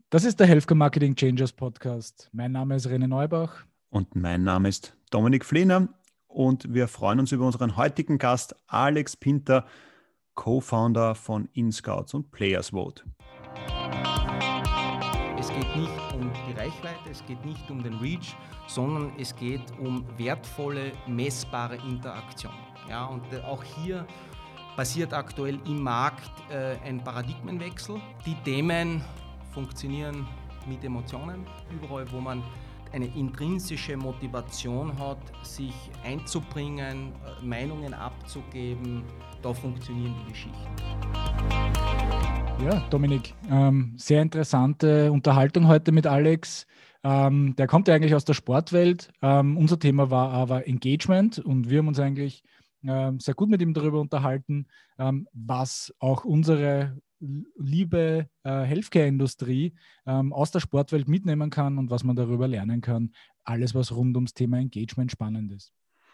Das ist der Healthcare Marketing Changers Podcast. Mein Name ist René Neubach. Und mein Name ist Dominik Flehner und wir freuen uns über unseren heutigen Gast Alex Pinter, Co-Founder von InScouts und Players Vote. Es geht nicht um die Reichweite, es geht nicht um den Reach, sondern es geht um wertvolle, messbare Interaktion. Ja, und auch hier passiert aktuell im Markt ein Paradigmenwechsel. Die Themen funktionieren mit Emotionen, überall wo man eine intrinsische Motivation hat, sich einzubringen, Meinungen abzugeben, da funktionieren die Geschichten. Ja, Dominik, sehr interessante Unterhaltung heute mit Alex. Der kommt ja eigentlich aus der Sportwelt. Unser Thema war aber Engagement und wir haben uns eigentlich sehr gut mit ihm darüber unterhalten, was auch unsere liebe Healthcare-Industrie aus der Sportwelt mitnehmen kann und was man darüber lernen kann. Alles, was rund ums Thema Engagement spannend ist.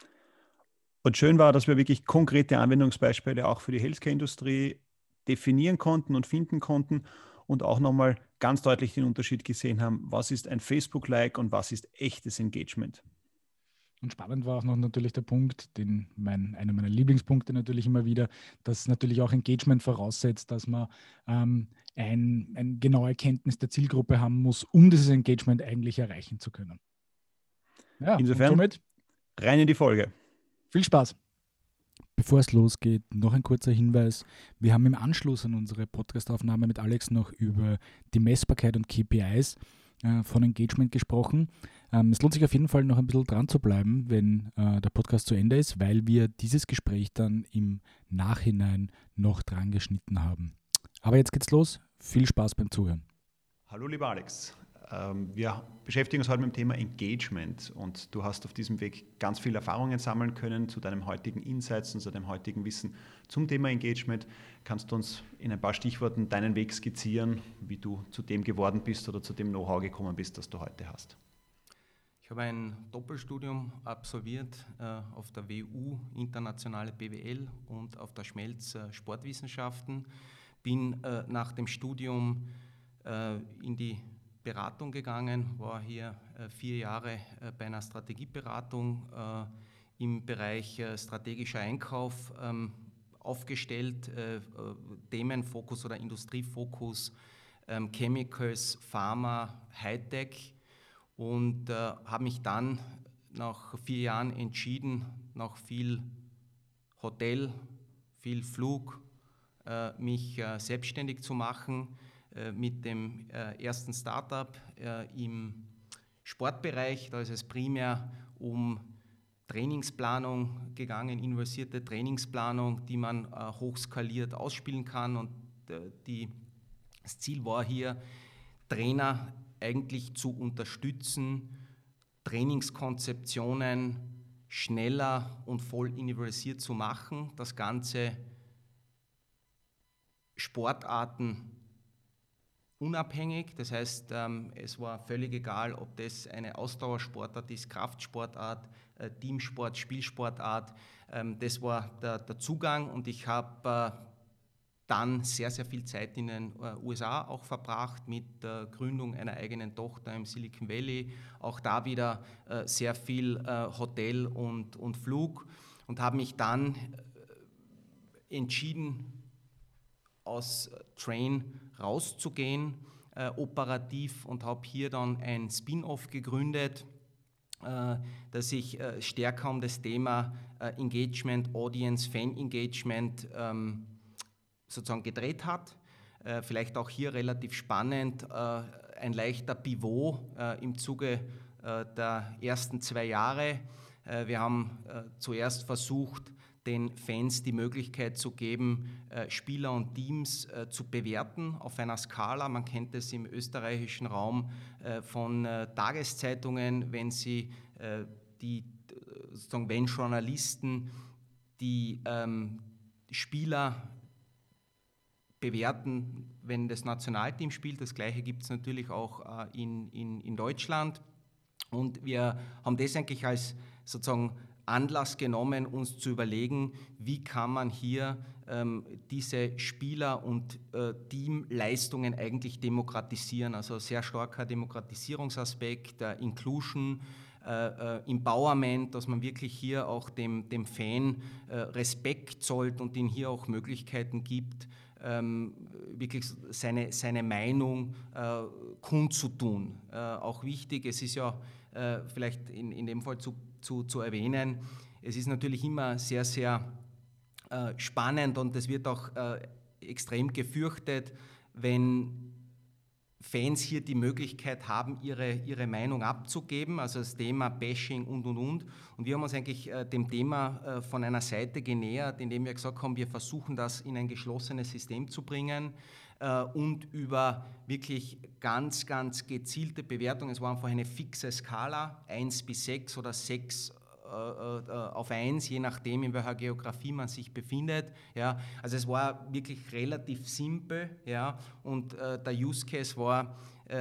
Und schön war, dass wir wirklich konkrete Anwendungsbeispiele auch für die Healthcare-Industrie definieren konnten und finden konnten und auch nochmal ganz deutlich den Unterschied gesehen haben, was ist ein Facebook-Like und was ist echtes Engagement. Und spannend war auch noch natürlich der Punkt, einer meiner Lieblingspunkte natürlich immer wieder, dass natürlich auch Engagement voraussetzt, dass man eine genaue Kenntnis der Zielgruppe haben muss, um dieses Engagement eigentlich erreichen zu können. Ja, insofern somit rein in die Folge. Viel Spaß. Bevor es losgeht, noch ein kurzer Hinweis. Wir haben im Anschluss an unsere Podcastaufnahme mit Alex noch über die Messbarkeit und KPIs von Engagement gesprochen. Es lohnt sich auf jeden Fall noch ein bisschen dran zu bleiben, wenn der Podcast zu Ende ist, weil wir dieses Gespräch dann im Nachhinein noch dran geschnitten haben. Aber jetzt geht's los. Viel Spaß beim Zuhören. Hallo lieber Alex. Wir beschäftigen uns heute mit dem Thema Engagement und du hast auf diesem Weg ganz viele Erfahrungen sammeln können zu deinem heutigen Insights und zu deinem heutigen Wissen zum Thema Engagement. Kannst du uns in ein paar Stichworten deinen Weg skizzieren, wie du zu dem geworden bist oder zu dem Know-how gekommen bist, das du heute hast? Ich habe ein Doppelstudium absolviert auf der WU, internationale BWL und auf der Schmelz Sportwissenschaften. Bin nach dem Studium in die Beratung gegangen, war hier 4 Jahre bei einer Strategieberatung im Bereich strategischer Einkauf aufgestellt, Themenfokus oder Industriefokus, Chemicals, Pharma, Hightech und habe mich dann nach 4 Jahren entschieden, nach viel Hotel, viel Flug, mich selbstständig zu machen, mit dem ersten Startup im Sportbereich. Da ist es primär um Trainingsplanung gegangen, inversierte Trainingsplanung, die man hochskaliert ausspielen kann. Und das Ziel war hier, Trainer eigentlich zu unterstützen, Trainingskonzeptionen schneller und voll individualisiert zu machen, das Ganze Sportarten unabhängig, das heißt, es war völlig egal, ob das eine Ausdauersportart ist, Kraftsportart, Teamsport, Spielsportart, das war der Zugang und ich habe dann sehr, sehr viel Zeit in den USA auch verbracht mit der Gründung einer eigenen Tochter im Silicon Valley, auch da wieder sehr viel Hotel und Flug und habe mich dann entschieden, aus Train rauszugehen, operativ und habe hier dann ein Spin-off gegründet, das sich stärker um das Thema Engagement, Audience, Fan-Engagement sozusagen gedreht hat. Vielleicht auch hier relativ spannend, ein leichter Pivot im Zuge der ersten 2 Jahre. Wir haben zuerst versucht, den Fans die Möglichkeit zu geben, Spieler und Teams zu bewerten auf einer Skala. Man kennt es im österreichischen Raum von Tageszeitungen, wenn sie wenn Journalisten die Spieler bewerten, wenn das Nationalteam spielt. Das Gleiche gibt es natürlich auch in Deutschland. Und wir haben das eigentlich als sozusagen Anlass genommen, uns zu überlegen, wie kann man hier diese Spieler- und Teamleistungen eigentlich demokratisieren. Also sehr starker Demokratisierungsaspekt, Inclusion, Empowerment, dass man wirklich hier auch dem Fan Respekt zollt und ihm hier auch Möglichkeiten gibt, wirklich seine Meinung kundzutun. Auch wichtig, es ist ja vielleicht in dem Fall zu erwähnen, es ist natürlich immer sehr, sehr spannend und es wird auch extrem gefürchtet, wenn Fans hier die Möglichkeit haben, ihre Meinung abzugeben, also das Thema Bashing und. Und wir haben uns eigentlich dem Thema von einer Seite genähert, indem wir gesagt haben, wir versuchen das in ein geschlossenes System zu bringen und über wirklich ganz, ganz gezielte Bewertungen, es war einfach eine fixe Skala, 1 bis 6 oder 6 auf 1, je nachdem, in welcher Geografie man sich befindet. Ja. Also es war wirklich relativ simpel, ja, und der Use Case war,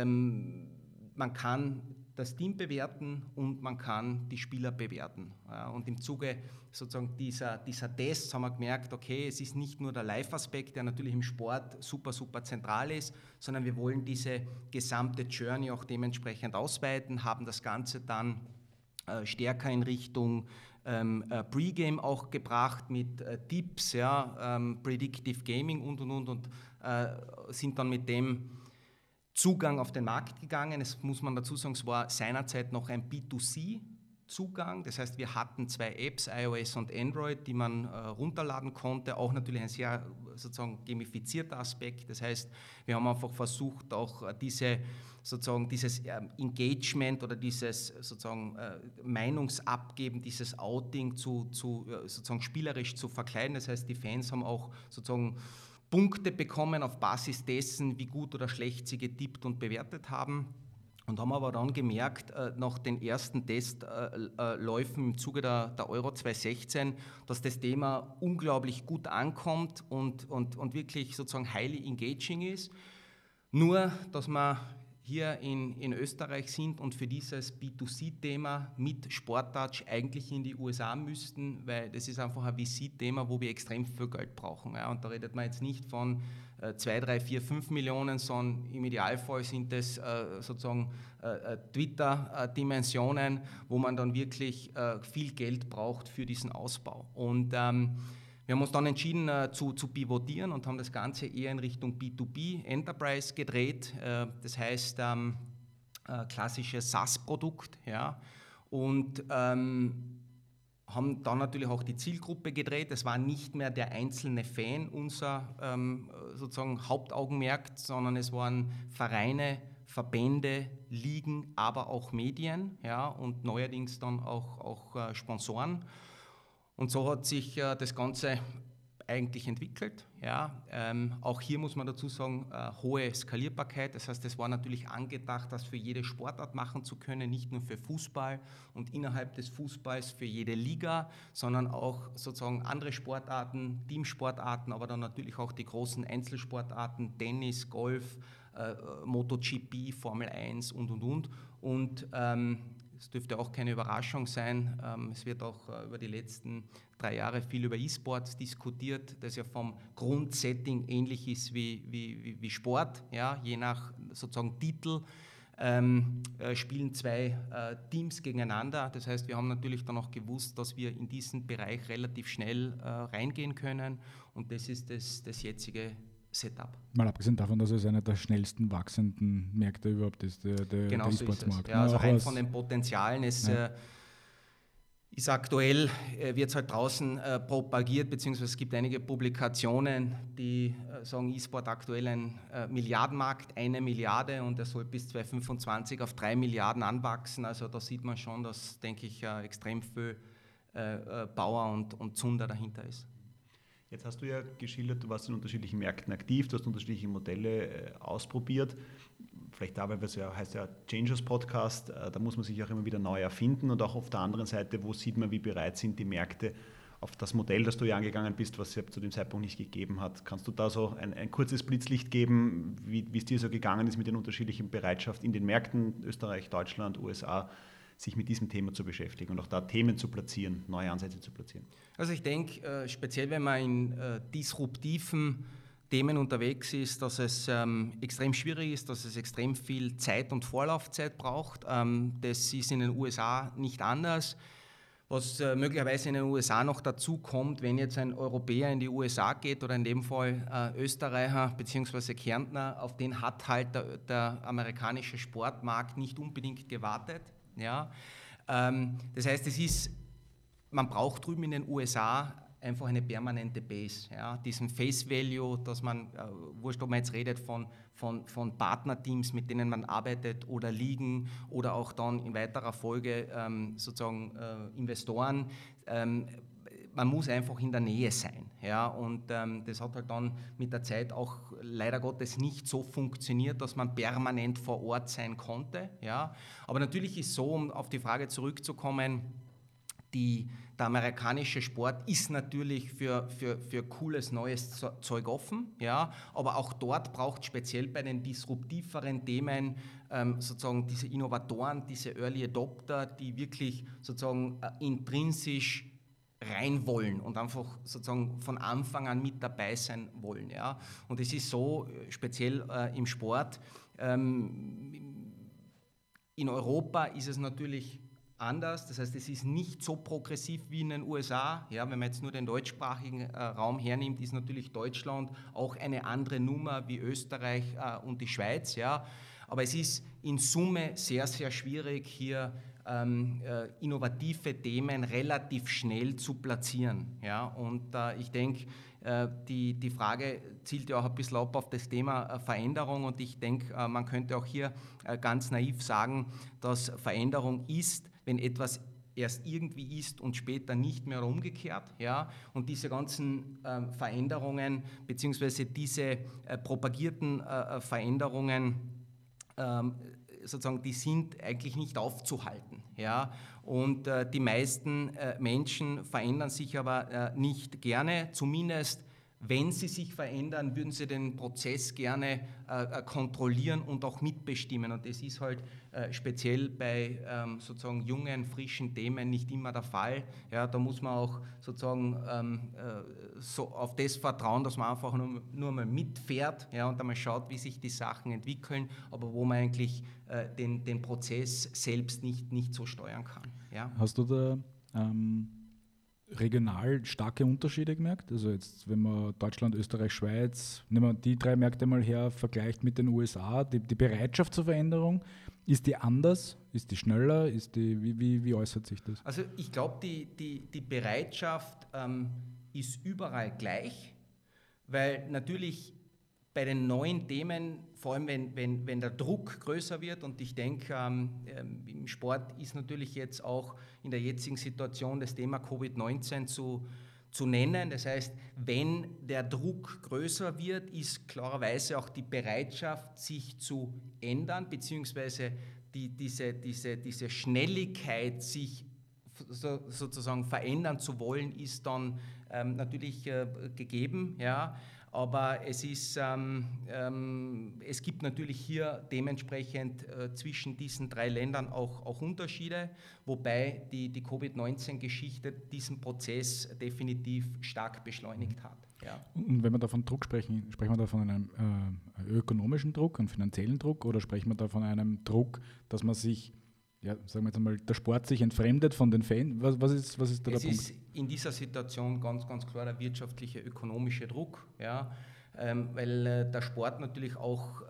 man kann das Team bewerten und man kann die Spieler bewerten. Ja. Und im Zuge sozusagen dieser Tests haben wir gemerkt, okay, es ist nicht nur der Live-Aspekt, der natürlich im Sport super, super zentral ist, sondern wir wollen diese gesamte Journey auch dementsprechend ausweiten, haben das Ganze dann stärker in Richtung Pre-Game auch gebracht mit Tipps, ja, Predictive Gaming und sind dann mit dem Zugang auf den Markt gegangen. Es muss man dazu sagen, es war seinerzeit noch ein B2C-Zugang. Das heißt, wir hatten 2 Apps, iOS und Android, die man runterladen konnte. Auch natürlich ein sehr sozusagen gamifizierter Aspekt. Das heißt, wir haben einfach versucht, auch dieses Engagement oder dieses sozusagen Meinungsabgeben, dieses Outing sozusagen spielerisch zu verkleiden. Das heißt, die Fans haben auch sozusagen Punkte bekommen auf Basis dessen, wie gut oder schlecht sie getippt und bewertet haben. Und haben aber dann gemerkt, nach den ersten Testläufen im Zuge der Euro 2016, dass das Thema unglaublich gut ankommt und wirklich sozusagen highly engaging ist. Nur, dass wir hier in Österreich sind und für dieses B2C-Thema mit Sporttouch eigentlich in die USA müssten, weil das ist einfach ein VC-Thema, wo wir extrem viel Geld brauchen. Ja. Und da redet man jetzt nicht von 2, 3, 4, 5 Millionen, sondern im Idealfall sind das sozusagen Twitter-Dimensionen, wo man dann wirklich viel Geld braucht für diesen Ausbau. Und wir haben uns dann entschieden zu pivotieren und haben das Ganze eher in Richtung B2B, Enterprise gedreht, das heißt klassisches SaaS-Produkt, ja, und haben dann natürlich auch die Zielgruppe gedreht. Es war nicht mehr der einzelne Fan unser sozusagen Hauptaugenmerk, sondern es waren Vereine, Verbände, Ligen, aber auch Medien, ja, und neuerdings dann auch Sponsoren. Und so hat sich das Ganze eigentlich entwickelt. Ja. Auch hier muss man dazu sagen, hohe Skalierbarkeit. Das heißt, es war natürlich angedacht, das für jede Sportart machen zu können, nicht nur für Fußball und innerhalb des Fußballs für jede Liga, sondern auch sozusagen andere Sportarten, Teamsportarten, aber dann natürlich auch die großen Einzelsportarten, Tennis, Golf, MotoGP, Formel 1 und. Und es dürfte auch keine Überraschung sein, es wird auch über die letzten 3 Jahre viel über E-Sports diskutiert, das ja vom Grundsetting ähnlich ist wie Sport, ja, je nach sozusagen Titel. Spielen 2 Teams gegeneinander. Das heißt, wir haben natürlich dann auch gewusst, dass wir in diesen Bereich relativ schnell reingehen können und das ist das jetzige Setup. Mal abgesehen davon, dass es einer der schnellsten wachsenden Märkte überhaupt ist, der genau E-Sports-Markt. Ja, also rein von den Potenzialen ist aktuell, wird es halt draußen propagiert, beziehungsweise es gibt einige Publikationen, die sagen, E-Sport aktuell ein Milliardenmarkt, 1 Milliarde und er soll bis 2025 auf 3 Milliarden anwachsen. Also da sieht man schon, dass, denke ich, extrem viel Power und Zunder dahinter ist. Jetzt hast du ja geschildert, du warst in unterschiedlichen Märkten aktiv, du hast unterschiedliche Modelle ausprobiert. Vielleicht da, weil es ja heißt ja Changers Podcast, da muss man sich auch immer wieder neu erfinden und auch auf der anderen Seite, wo sieht man, wie bereit sind die Märkte auf das Modell, das du ja angegangen bist, was es ja zu dem Zeitpunkt nicht gegeben hat. Kannst du da so ein kurzes Blitzlicht geben, wie es dir so gegangen ist mit den unterschiedlichen Bereitschaften in den Märkten, Österreich, Deutschland, USA, sich mit diesem Thema zu beschäftigen und auch da Themen zu platzieren, neue Ansätze zu platzieren? Also ich denke, speziell wenn man in disruptiven Themen unterwegs ist, dass es extrem schwierig ist, dass es extrem viel Zeit und Vorlaufzeit braucht. Das ist in den USA nicht anders. Was möglicherweise in den USA noch dazu kommt, wenn jetzt ein Europäer in die USA geht oder in dem Fall Österreicher bzw. Kärntner, auf den hat halt der amerikanische Sportmarkt nicht unbedingt gewartet. Ja? Das heißt, man braucht drüben in den USA einfach eine permanente Base. Ja? Diesen Face Value, dass man, wurscht, ob man jetzt redet von Partnerteams, mit denen man arbeitet oder Ligen oder auch dann in weiterer Folge sozusagen Investoren. Man muss einfach in der Nähe sein. Ja? Und das hat halt dann mit der Zeit auch leider Gottes nicht so funktioniert, dass man permanent vor Ort sein konnte. Ja? Aber natürlich ist so, um auf die Frage zurückzukommen, der amerikanische Sport ist natürlich für cooles neues Zeug offen, ja, aber auch dort braucht speziell bei den disruptiveren Themen sozusagen diese Innovatoren, diese Early Adopter, die wirklich sozusagen intrinsisch rein wollen und einfach sozusagen von Anfang an mit dabei sein wollen. Ja. Und es ist so, speziell im Sport, in Europa ist es natürlich anders, das heißt, es ist nicht so progressiv wie in den USA. Ja, wenn man jetzt nur den deutschsprachigen Raum hernimmt, ist natürlich Deutschland auch eine andere Nummer wie Österreich und die Schweiz. Ja. Aber es ist in Summe sehr, sehr schwierig, hier innovative Themen relativ schnell zu platzieren. Ja. Und ich denke, die Frage zielt ja auch ein bisschen ab auf das Thema Veränderung und ich denke, man könnte auch hier ganz naiv sagen, dass Veränderung ist, wenn etwas erst irgendwie ist und später nicht mehr umgekehrt. Ja? Und diese ganzen Veränderungen beziehungsweise diese propagierten Veränderungen, sozusagen, die sind eigentlich nicht aufzuhalten. Ja? Und die meisten Menschen verändern sich aber nicht gerne, zumindest wenn sie sich verändern, würden sie den Prozess gerne kontrollieren und auch mitbestimmen. Und das ist halt speziell bei sozusagen jungen, frischen Themen nicht immer der Fall. Ja, da muss man auch sozusagen so auf das vertrauen, dass man einfach nur mal mitfährt, ja, und einmal schaut, wie sich die Sachen entwickeln, aber wo man eigentlich den Prozess selbst nicht so steuern kann. Ja. Hast du da regional starke Unterschiede gemerkt? Also jetzt, wenn man Deutschland, Österreich, Schweiz, nehmen wir die drei Märkte mal her, vergleicht mit den USA, die Bereitschaft zur Veränderung, ist die anders? Ist die schneller? Wie äußert sich das? Also ich glaube, die Bereitschaft ist überall gleich, weil natürlich bei den neuen Themen, vor allem wenn der Druck größer wird, und ich denke, im Sport ist natürlich jetzt auch in der jetzigen Situation das Thema Covid-19 zu nennen. Das heißt, wenn der Druck größer wird, ist klarerweise auch die Bereitschaft, sich zu ändern, beziehungsweise diese Schnelligkeit, sich sozusagen verändern zu wollen, ist dann natürlich gegeben, ja. Aber es gibt natürlich hier dementsprechend zwischen diesen drei Ländern auch Unterschiede, wobei die Covid-19-Geschichte diesen Prozess definitiv stark beschleunigt hat. Ja. Und wenn wir da von Druck sprechen wir da von einem ökonomischen Druck, einem finanziellen Druck, oder sprechen wir da von einem Druck, dass man sich, ja, sagen wir jetzt einmal, der Sport sich entfremdet von den Fans? Was ist da der Punkt? Es ist in dieser Situation ganz, ganz klar der wirtschaftliche, ökonomische Druck, ja, weil der Sport natürlich auch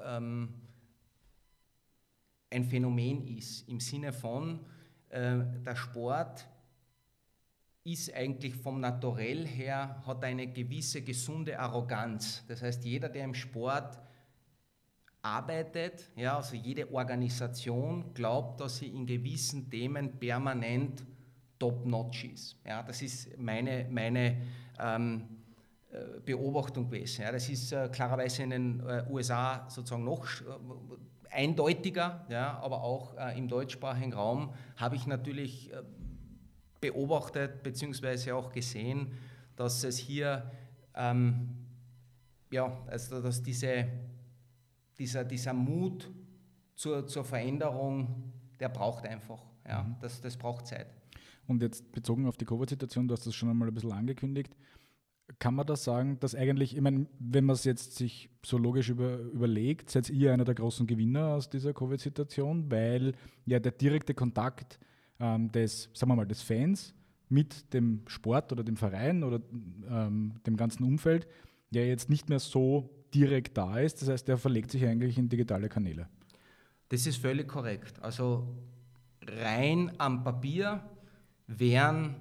ein Phänomen ist, im Sinne von, der Sport ist eigentlich vom Naturell her, hat eine gewisse gesunde Arroganz. Das heißt, jeder, der im Sport arbeitet, ja, also jede Organisation glaubt, dass sie in gewissen Themen permanent top-notch ist. Ja, das ist meine Beobachtung gewesen. Ja, das ist klarerweise in den USA sozusagen noch eindeutiger, ja, aber auch im deutschsprachigen Raum habe ich natürlich beobachtet bzw. auch gesehen, dass es hier, also dass dieser Mut zur Veränderung, der braucht einfach. Ja, das braucht Zeit. Und jetzt bezogen auf die Covid-Situation, du hast das schon einmal ein bisschen angekündigt, kann man das sagen, dass eigentlich, ich meine, wenn man es jetzt sich so logisch überlegt, seid ihr einer der großen Gewinner aus dieser Covid-Situation, weil ja der direkte Kontakt des Fans mit dem Sport oder dem Verein oder dem ganzen Umfeld ja jetzt nicht mehr so direkt da ist. Das heißt, der verlegt sich eigentlich in digitale Kanäle. Das ist völlig korrekt. Also rein am Papier wären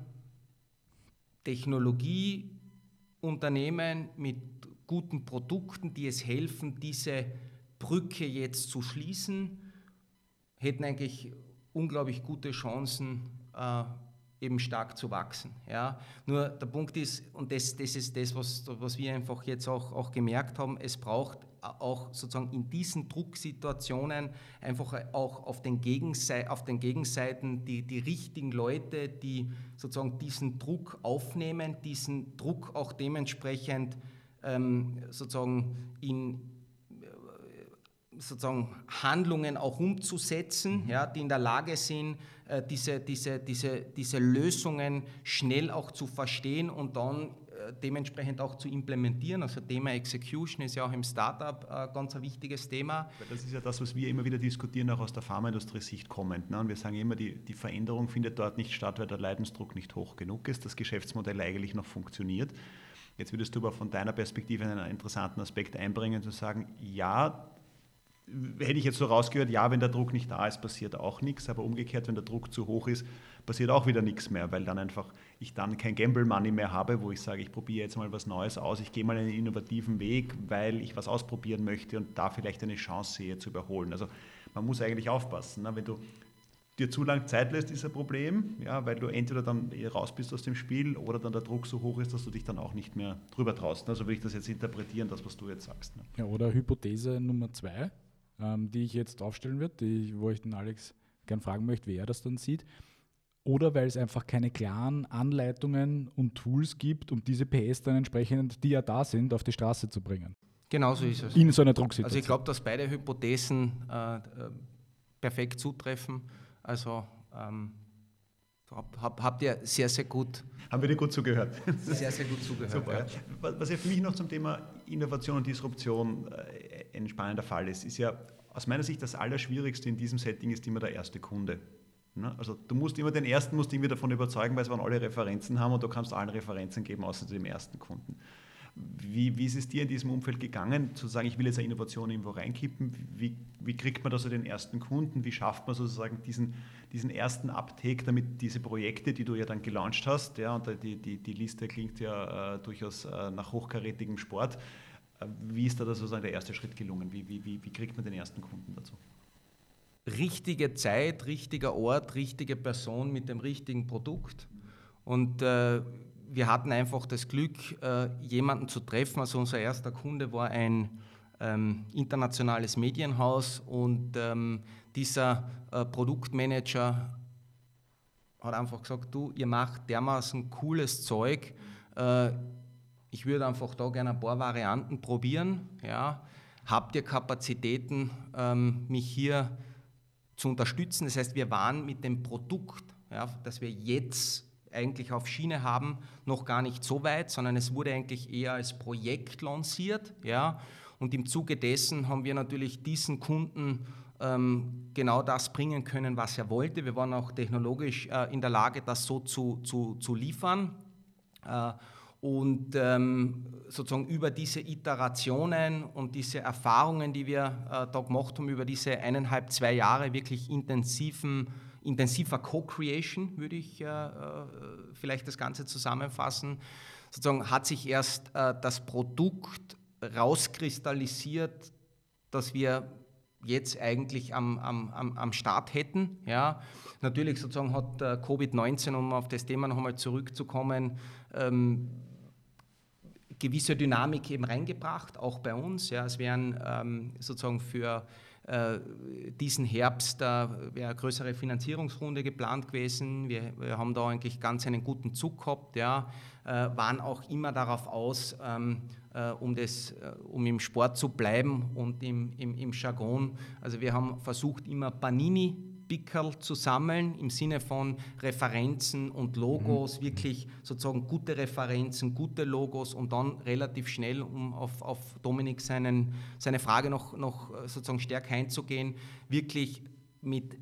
Technologieunternehmen mit guten Produkten, die es helfen, diese Brücke jetzt zu schließen, hätten eigentlich unglaublich gute Chancen, eben stark zu wachsen. Ja. Nur der Punkt ist, und das ist das, was wir einfach jetzt auch gemerkt haben, es braucht auch sozusagen in diesen Drucksituationen einfach auch auf den Gegenseiten die richtigen Leute, die sozusagen diesen Druck aufnehmen, diesen Druck auch dementsprechend sozusagen in Handlungen auch umzusetzen, ja, die in der Lage sind, diese Lösungen schnell auch zu verstehen und dann dementsprechend auch zu implementieren. Also Thema Execution ist ja auch im Startup ganz ein wichtiges Thema. Das ist ja das, was wir immer wieder diskutieren, auch aus der Pharmaindustrie-Sicht kommend. Ne? Und wir sagen immer, die Veränderung findet dort nicht statt, weil der Leidensdruck nicht hoch genug ist, das Geschäftsmodell eigentlich noch funktioniert. Jetzt würdest du aber von deiner Perspektive einen interessanten Aspekt einbringen, zu sagen, ja, hätte ich jetzt so rausgehört, ja, wenn der Druck nicht da ist, passiert auch nichts, aber umgekehrt, wenn der Druck zu hoch ist, passiert auch wieder nichts mehr, weil dann einfach ich dann kein Gamble-Money mehr habe, wo ich sage, ich probiere jetzt mal was Neues aus, ich gehe mal einen innovativen Weg, weil ich was ausprobieren möchte und da vielleicht eine Chance sehe zu überholen. Also man muss eigentlich aufpassen, ne? Wenn du dir zu lange Zeit lässt, ist ein Problem, ja, weil du entweder dann raus bist aus dem Spiel oder dann der Druck so hoch ist, dass du dich dann auch nicht mehr drüber traust. Also würde ich das jetzt interpretieren, das, was du jetzt sagst. Ne? Ja, oder Hypothese Nummer 2, die ich jetzt aufstellen würde, wo ich den Alex gern fragen möchte, wie er das dann sieht. Oder weil es einfach keine klaren Anleitungen und Tools gibt, um diese PS dann entsprechend, die ja da sind, auf die Straße zu bringen. Genau so ist es. In so einer Drucksituation. Also ich glaube, dass beide Hypothesen perfekt zutreffen. Also habt ihr sehr, sehr gut... Haben wir dir gut zugehört? Sehr, sehr gut zugehört. Super. Ja. Was ja für mich noch zum Thema Innovation und Disruption ein spannender Fall ist ja aus meiner Sicht das Allerschwierigste in diesem Setting ist immer der erste Kunde. Also du musst immer den ersten davon überzeugen, weil es alle Referenzen haben und du kannst allen Referenzen geben, außer dem ersten Kunden. Wie ist es dir in diesem Umfeld gegangen, zu sagen, ich will jetzt eine Innovation irgendwo reinkippen? Wie kriegt man da so den ersten Kunden? Wie schafft man sozusagen diesen ersten Uptake, damit diese Projekte, die du ja dann gelauncht hast, ja, und die Liste klingt ja durchaus nach hochkarätigem Sport, wie ist da sozusagen der erste Schritt gelungen? Wie kriegt man den ersten Kunden dazu? Richtige Zeit, richtiger Ort, richtige Person mit dem richtigen Produkt. Und wir hatten einfach das Glück, jemanden zu treffen. Also unser erster Kunde war ein internationales Medienhaus und dieser Produktmanager hat einfach gesagt, du, ihr macht dermaßen cooles Zeug, ich würde einfach da gerne ein paar Varianten probieren. Ja. Habt ihr Kapazitäten, mich hier zu unterstützen? Das heißt, wir waren mit dem Produkt, ja, das wir jetzt eigentlich auf Schiene haben, noch gar nicht so weit, sondern es wurde eigentlich eher als Projekt lanciert. Ja. Und im Zuge dessen haben wir natürlich diesen Kunden genau das bringen können, was er wollte. Wir waren auch technologisch in der Lage, das so zu liefern. Und sozusagen über diese Iterationen und diese Erfahrungen, die wir da gemacht haben, über diese 1,5-2 Jahre wirklich intensiver Co-Creation, würde ich vielleicht das Ganze zusammenfassen, sozusagen hat sich erst das Produkt rauskristallisiert, das wir jetzt eigentlich am Start hätten. Ja. Natürlich sozusagen hat Covid-19, um auf das Thema noch einmal zurückzukommen, gewisse Dynamik eben reingebracht, auch bei uns. Ja. Es wären sozusagen für diesen Herbst wäre eine größere Finanzierungsrunde geplant gewesen. Wir haben da eigentlich ganz einen guten Zug gehabt, ja. Waren auch immer darauf aus, um im Sport zu bleiben und im Jargon. Also wir haben versucht, immer Panini Pickerl zu sammeln, im Sinne von Referenzen und Logos, wirklich sozusagen gute Referenzen, gute Logos und dann relativ schnell, um auf Dominik seine Frage noch sozusagen stärker einzugehen, wirklich mit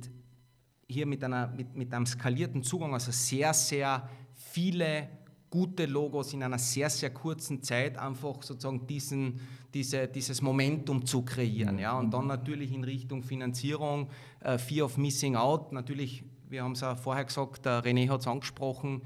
einem skalierten Zugang, also sehr, sehr viele gute Logos in einer sehr, sehr kurzen Zeit einfach sozusagen dieses Momentum zu kreieren. Ja? Und dann natürlich in Richtung Finanzierung, Fear of Missing Out, natürlich, wir haben es ja vorher gesagt, der René hat es angesprochen,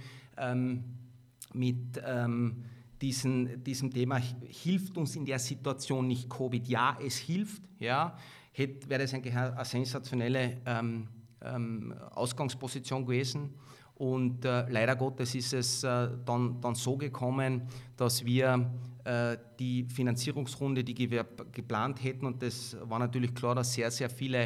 mit diesem Thema, hilft uns in der Situation nicht Covid? Ja, es hilft, ja. Wäre das eigentlich eine sensationelle Ausgangsposition gewesen. Und leider Gottes ist es dann so gekommen, dass wir die Finanzierungsrunde, die wir geplant hätten, und das war natürlich klar, dass sehr, sehr viele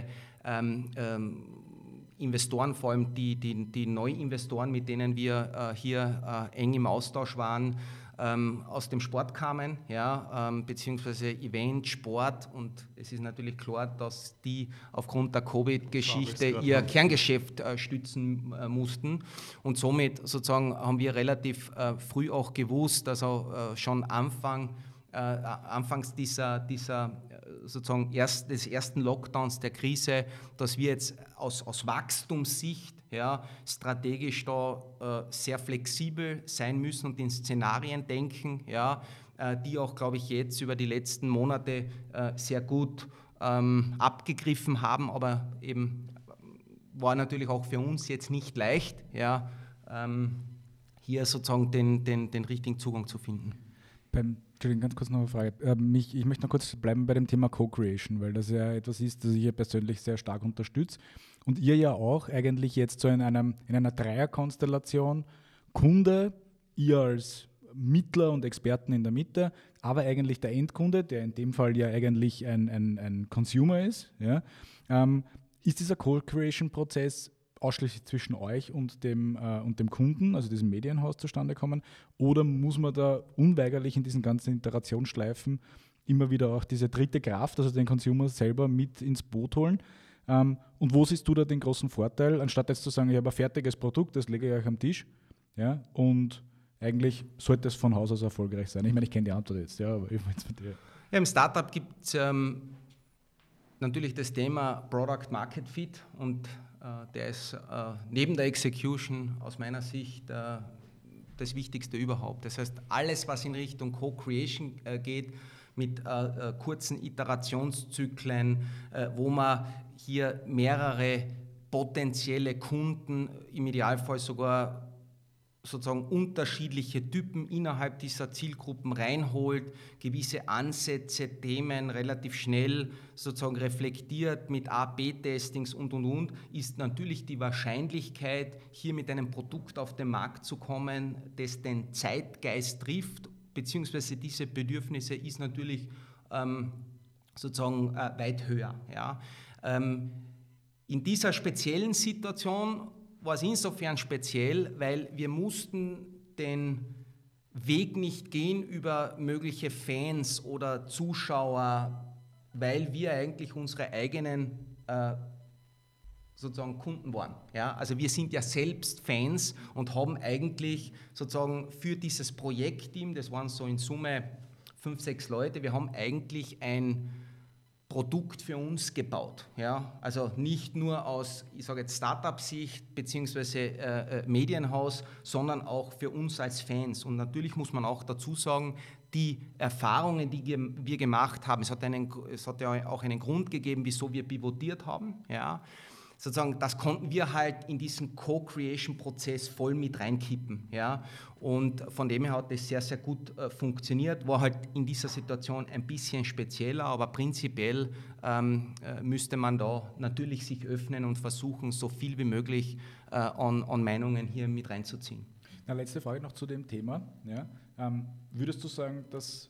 Investoren, vor allem die Neuinvestoren, mit denen wir hier eng im Austausch waren, aus dem Sport kamen, ja, beziehungsweise Event, Sport, und es ist natürlich klar, dass die aufgrund der Covid-Geschichte ihr Kerngeschäft stützen mussten, und somit sozusagen haben wir relativ früh auch gewusst, also schon anfangs dieser sozusagen des ersten Lockdowns der Krise, dass wir jetzt aus Wachstumssicht, ja, strategisch da sehr flexibel sein müssen und in Szenarien denken, ja, die auch, glaube ich, jetzt über die letzten Monate sehr gut abgegriffen haben, aber eben war natürlich auch für uns jetzt nicht leicht, ja, hier sozusagen den richtigen Zugang zu finden. Entschuldigung, ganz kurz noch eine Frage. Ich möchte noch kurz bleiben bei dem Thema Co-Creation, weil das ja etwas ist, das ich hier persönlich sehr stark unterstütze. Und ihr ja auch eigentlich jetzt so in einer Dreierkonstellation, Kunde, ihr als Mittler und Experten in der Mitte, aber eigentlich der Endkunde, der in dem Fall ja eigentlich ein Consumer ist. Ja, ist dieser Co-Creation-Prozess ausschließlich zwischen euch und dem Kunden, also diesem Medienhaus, zustande kommen? Oder muss man da unweigerlich in diesen ganzen Iterationsschleifen immer wieder auch diese dritte Kraft, also den Consumer selber mit ins Boot holen? Und wo siehst du da den großen Vorteil, anstatt jetzt zu sagen, ich habe ein fertiges Produkt, das lege ich euch am Tisch, ja, und eigentlich sollte es von Haus aus erfolgreich sein? Ich meine, ich kenne die Antwort jetzt, ja, aber ich will jetzt mit dir. Ja, im Startup gibt es natürlich das Thema Product Market Fit, und der ist neben der Execution aus meiner Sicht das Wichtigste überhaupt. Das heißt, alles, was in Richtung Co-Creation geht, mit kurzen Iterationszyklen, wo man hier mehrere potenzielle Kunden, im Idealfall sogar sozusagen unterschiedliche Typen innerhalb dieser Zielgruppen reinholt, gewisse Ansätze, Themen relativ schnell sozusagen reflektiert mit A/B-Testings und, ist natürlich die Wahrscheinlichkeit, hier mit einem Produkt auf den Markt zu kommen, das den Zeitgeist trifft, beziehungsweise diese Bedürfnisse, ist natürlich sozusagen weit höher. Ja. In dieser speziellen Situation war es insofern speziell, weil wir mussten den Weg nicht gehen über mögliche Fans oder Zuschauer, weil wir eigentlich unsere eigenen sozusagen Kunden waren. Ja? Also wir sind ja selbst Fans und haben eigentlich sozusagen für dieses Projektteam, das waren so in Summe 5, 6 Leute, wir haben eigentlich ein Produkt für uns gebaut. Ja? Also nicht nur aus, ich sage jetzt Startup-Sicht beziehungsweise Medienhaus, sondern auch für uns als Fans. Und natürlich muss man auch dazu sagen, die Erfahrungen, die wir gemacht haben, es hat ja auch einen Grund gegeben, wieso wir pivotiert haben. Ja? Sozusagen, das konnten wir halt in diesen Co-Creation-Prozess voll mit reinkippen. Ja? Und von dem her hat das sehr, sehr gut funktioniert, war halt in dieser Situation ein bisschen spezieller, aber prinzipiell müsste man da natürlich sich öffnen und versuchen, so viel wie möglich an Meinungen hier mit reinzuziehen. Na, letzte Frage noch zu dem Thema. Ja? Würdest du sagen, dass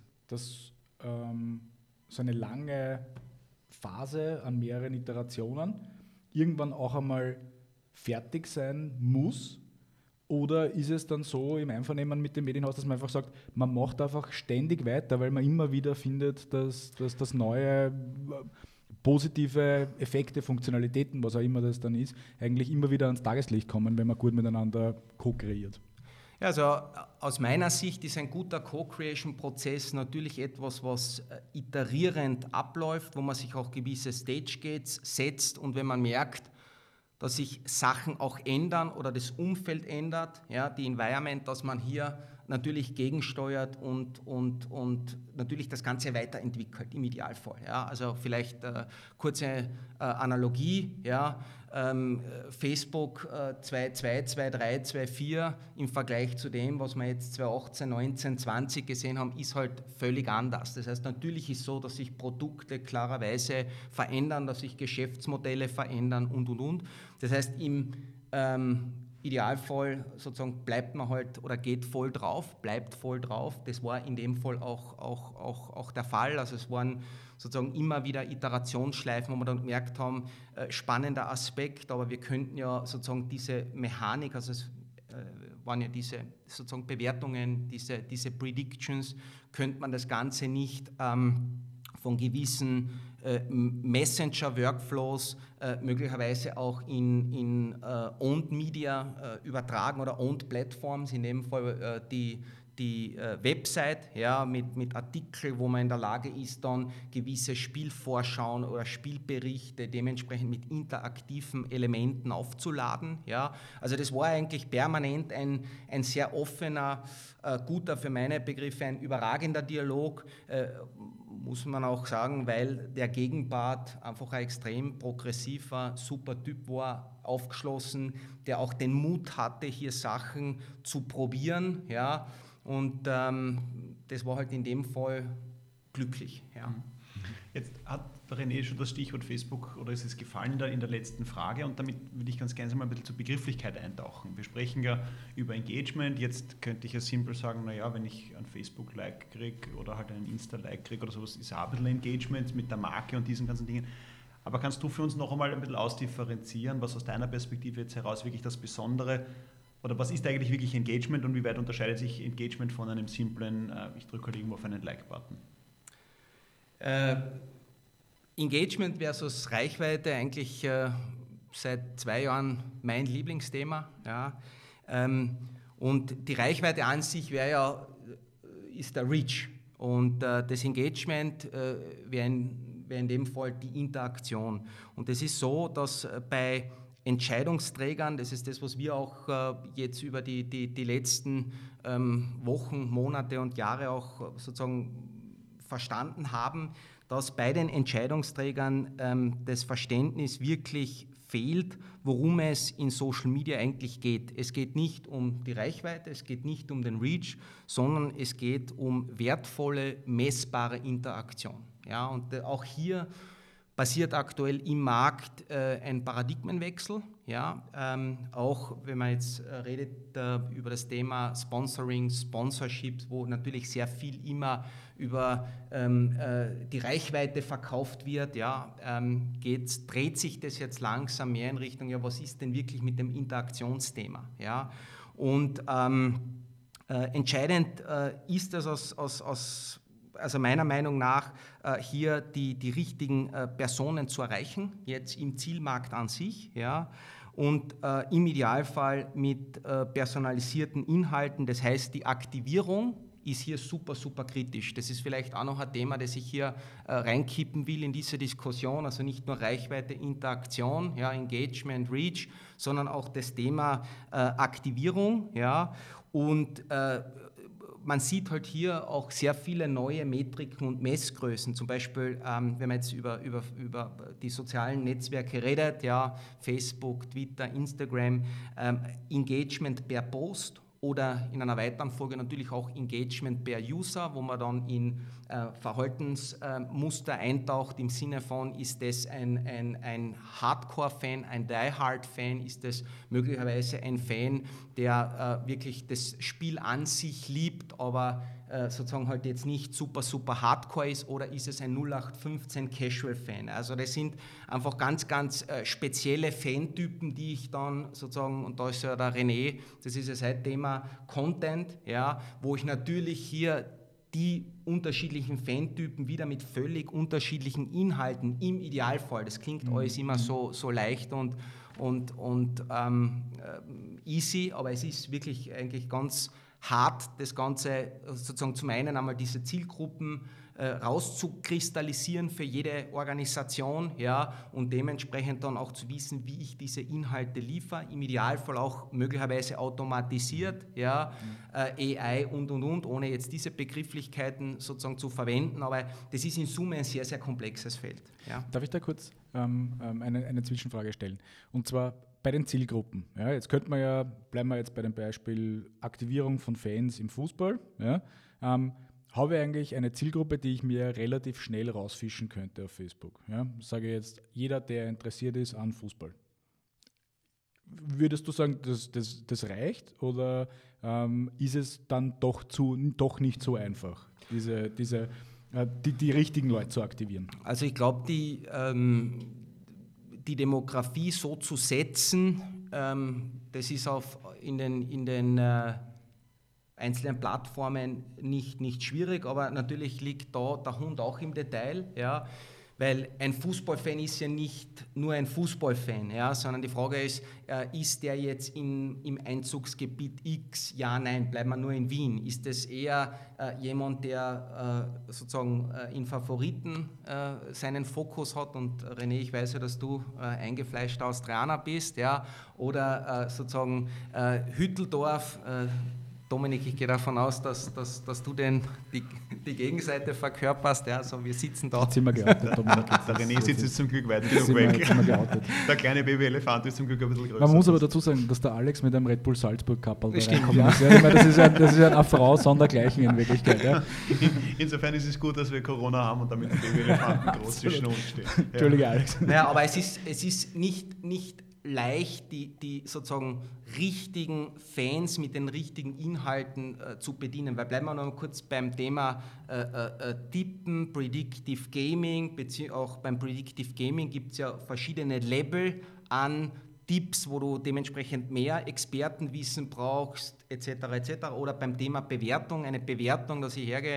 so eine lange Phase an mehreren Iterationen irgendwann auch einmal fertig sein muss? Oder ist es dann so im Einvernehmen mit dem Medienhaus, dass man einfach sagt, man macht einfach ständig weiter, weil man immer wieder findet, dass das Neue positive Effekte, Funktionalitäten, was auch immer das dann ist, eigentlich immer wieder ans Tageslicht kommen, wenn man gut miteinander co-kreiert. Ja, also aus meiner Sicht ist ein guter Co-Creation-Prozess natürlich etwas, was iterierend abläuft, wo man sich auch gewisse Stage-Gates setzt und wenn man merkt, dass sich Sachen auch ändern oder das Umfeld ändert, ja, die Environment, dass man hier natürlich gegensteuert und natürlich das Ganze weiterentwickelt im Idealfall. Ja. Also vielleicht kurze Analogie, ja, Facebook 2.2, 2.3, 2.4 im Vergleich zu dem, was wir jetzt 2018, 19, 20 gesehen haben, ist halt völlig anders. Das heißt, natürlich ist es so, dass sich Produkte klarerweise verändern, dass sich Geschäftsmodelle verändern und. Das heißt, im Idealfall sozusagen bleibt man halt oder geht voll drauf, bleibt voll drauf. Das war in dem Fall auch der Fall. Also es waren sozusagen immer wieder Iterationsschleifen, wo wir dann gemerkt haben, spannender Aspekt, aber wir könnten ja sozusagen diese Mechanik, also es waren ja diese sozusagen Bewertungen, diese Predictions, könnte man das Ganze nicht von gewissen Messenger-Workflows möglicherweise auch in Owned Media übertragen oder Owned Platforms, in dem Fall die Website, ja, mit Artikeln, wo man in der Lage ist, dann gewisse Spielvorschauen oder Spielberichte dementsprechend mit interaktiven Elementen aufzuladen. Ja. Also das war eigentlich permanent ein sehr offener, guter, für meine Begriffe ein überragender Dialog, muss man auch sagen, weil der Gegenpart einfach ein extrem progressiver, super Typ war, aufgeschlossen, der auch den Mut hatte, hier Sachen zu probieren, ja. Und das war halt in dem Fall glücklich. Ja. Jetzt hat René schon das Stichwort Facebook oder ist es gefallen in der letzten Frage und damit würde ich ganz gerne mal ein bisschen zur Begrifflichkeit eintauchen. Wir sprechen ja über Engagement, jetzt könnte ich ja simpel sagen, naja, wenn ich ein Facebook-Like kriege oder halt einen Insta-Like kriege oder sowas, ist auch ein bisschen Engagement mit der Marke und diesen ganzen Dingen. Aber kannst du für uns noch einmal ein bisschen ausdifferenzieren, was aus deiner Perspektive jetzt heraus wirklich das Besondere oder was ist eigentlich wirklich Engagement und wie weit unterscheidet sich Engagement von einem simplen, ich drücke halt irgendwo auf einen Like-Button? Engagement versus Reichweite eigentlich seit 2 Jahren mein Lieblingsthema. Ja. Und die Reichweite an sich ist der Reach. Und das Engagement wäre in dem Fall die Interaktion. Und es ist so, dass bei Entscheidungsträgern, das ist das, was wir auch jetzt über die letzten Wochen, Monate und Jahre auch sozusagen verstanden haben, dass bei den Entscheidungsträgern das Verständnis wirklich fehlt, worum es in Social Media eigentlich geht. Es geht nicht um die Reichweite, es geht nicht um den Reach, sondern es geht um wertvolle, messbare Interaktion. Ja, und auch hier passiert aktuell im Markt ein Paradigmenwechsel. Ja, auch wenn man jetzt redet über das Thema Sponsoring, Sponsorships, wo natürlich sehr viel immer über die Reichweite verkauft wird, ja, dreht sich das jetzt langsam mehr in Richtung, ja, was ist denn wirklich mit dem Interaktionsthema? Ja? Und entscheidend ist das also meiner Meinung nach, hier die richtigen Personen zu erreichen, jetzt im Zielmarkt an sich, ja, und im Idealfall mit personalisierten Inhalten, das heißt, die Aktivierung ist hier super, super kritisch. Das ist vielleicht auch noch ein Thema, das ich hier reinkippen will in diese Diskussion, also nicht nur Reichweite, Interaktion, ja, Engagement, Reach, sondern auch das Thema Aktivierung, ja, und man sieht halt hier auch sehr viele neue Metriken und Messgrößen. Zum Beispiel, wenn man jetzt über die sozialen Netzwerke redet, ja, Facebook, Twitter, Instagram, Engagement per Post oder in einer weiteren Folge natürlich auch Engagement per User, wo man dann in Verhaltensmuster eintaucht im Sinne von, ist das ein Hardcore-Fan, ein Die-Hard-Fan, ist das möglicherweise ein Fan, der wirklich das Spiel an sich liebt, aber sozusagen halt jetzt nicht super, super Hardcore ist, oder ist es ein 0815 Casual-Fan? Also das sind einfach ganz, ganz spezielle Fantypen, die ich dann sozusagen, und da ist ja der René, das ist ja sein Thema Content, ja, wo ich natürlich hier die unterschiedlichen Fantypen wieder mit völlig unterschiedlichen Inhalten im Idealfall. Das klingt alles immer so leicht und easy, aber es ist wirklich eigentlich ganz hart, das Ganze sozusagen zum einen einmal diese Zielgruppen rauszukristallisieren für jede Organisation, ja, und dementsprechend dann auch zu wissen, wie ich diese Inhalte liefere, im Idealfall auch möglicherweise automatisiert, ja, AI und, ohne jetzt diese Begrifflichkeiten sozusagen zu verwenden, aber das ist in Summe ein sehr, sehr komplexes Feld. Ja. Darf ich da kurz eine Zwischenfrage stellen? Und zwar bei den Zielgruppen. Ja, jetzt bleiben wir jetzt bei dem Beispiel Aktivierung von Fans im Fußball. Ja, habe ich eigentlich eine Zielgruppe, die ich mir relativ schnell rausfischen könnte auf Facebook. Ja, sage jetzt, jeder, der interessiert ist an Fußball. Würdest du sagen, das reicht oder ist es dann doch nicht so einfach, die richtigen Leute zu aktivieren? Also ich glaube, die Demografie so zu setzen, das ist in den einzelnen Plattformen nicht schwierig, aber natürlich liegt da der Hund auch im Detail, ja, weil ein Fußballfan ist ja nicht nur ein Fußballfan, ja, sondern die Frage ist der jetzt im Einzugsgebiet X? Ja, nein, bleiben wir nur in Wien. Ist das eher jemand, der sozusagen in Favoriten seinen Fokus hat? Und René, ich weiß ja, dass du eingefleischter Austrianer bist, ja, oder sozusagen Hütteldorf. Dominik, ich gehe davon aus, dass du die Gegenseite verkörperst. Ja, also wir sitzen da. Jetzt sind wir geoutet, Dominik. Der René sitzt jetzt zum Glück weit genug weg. Der kleine Baby-Elefant ist zum Glück ein bisschen größer. Man muss aber dazu sagen, dass der Alex mit einem Red Bull Salzburg-Kappel reinkommt. Ja. Das ist ja eine Frau sondergleichen in Wirklichkeit. Ja. Insofern ist es gut, dass wir Corona haben und damit die Baby-Elefanten groß zwischen uns stehen. Ja. Entschuldige, Alex. Naja, aber es ist nicht leicht, die sozusagen richtigen Fans mit den richtigen Inhalten zu bedienen. Weil bleiben wir noch mal kurz beim Thema Tippen, Predictive Gaming, beziehungsweise auch beim Predictive Gaming gibt es ja verschiedene Level an Tipps, wo du dementsprechend mehr Expertenwissen brauchst, etc. etc. Oder beim Thema Bewertung, eine Bewertung, dass ich hergehe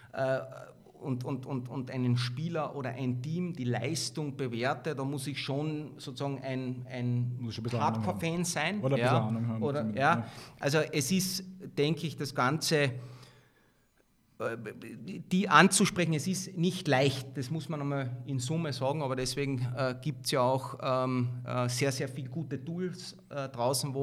und einen Spieler oder ein Team die Leistung bewerte, da muss ich schon sozusagen ein Hardcore-Fan sein. Oder ein bisschen Ahnung haben. Oder, ja. Also es ist, denke ich, das Ganze, die anzusprechen, es ist nicht leicht, das muss man einmal in Summe sagen, aber deswegen gibt es ja auch sehr, sehr viele gute Tools draußen,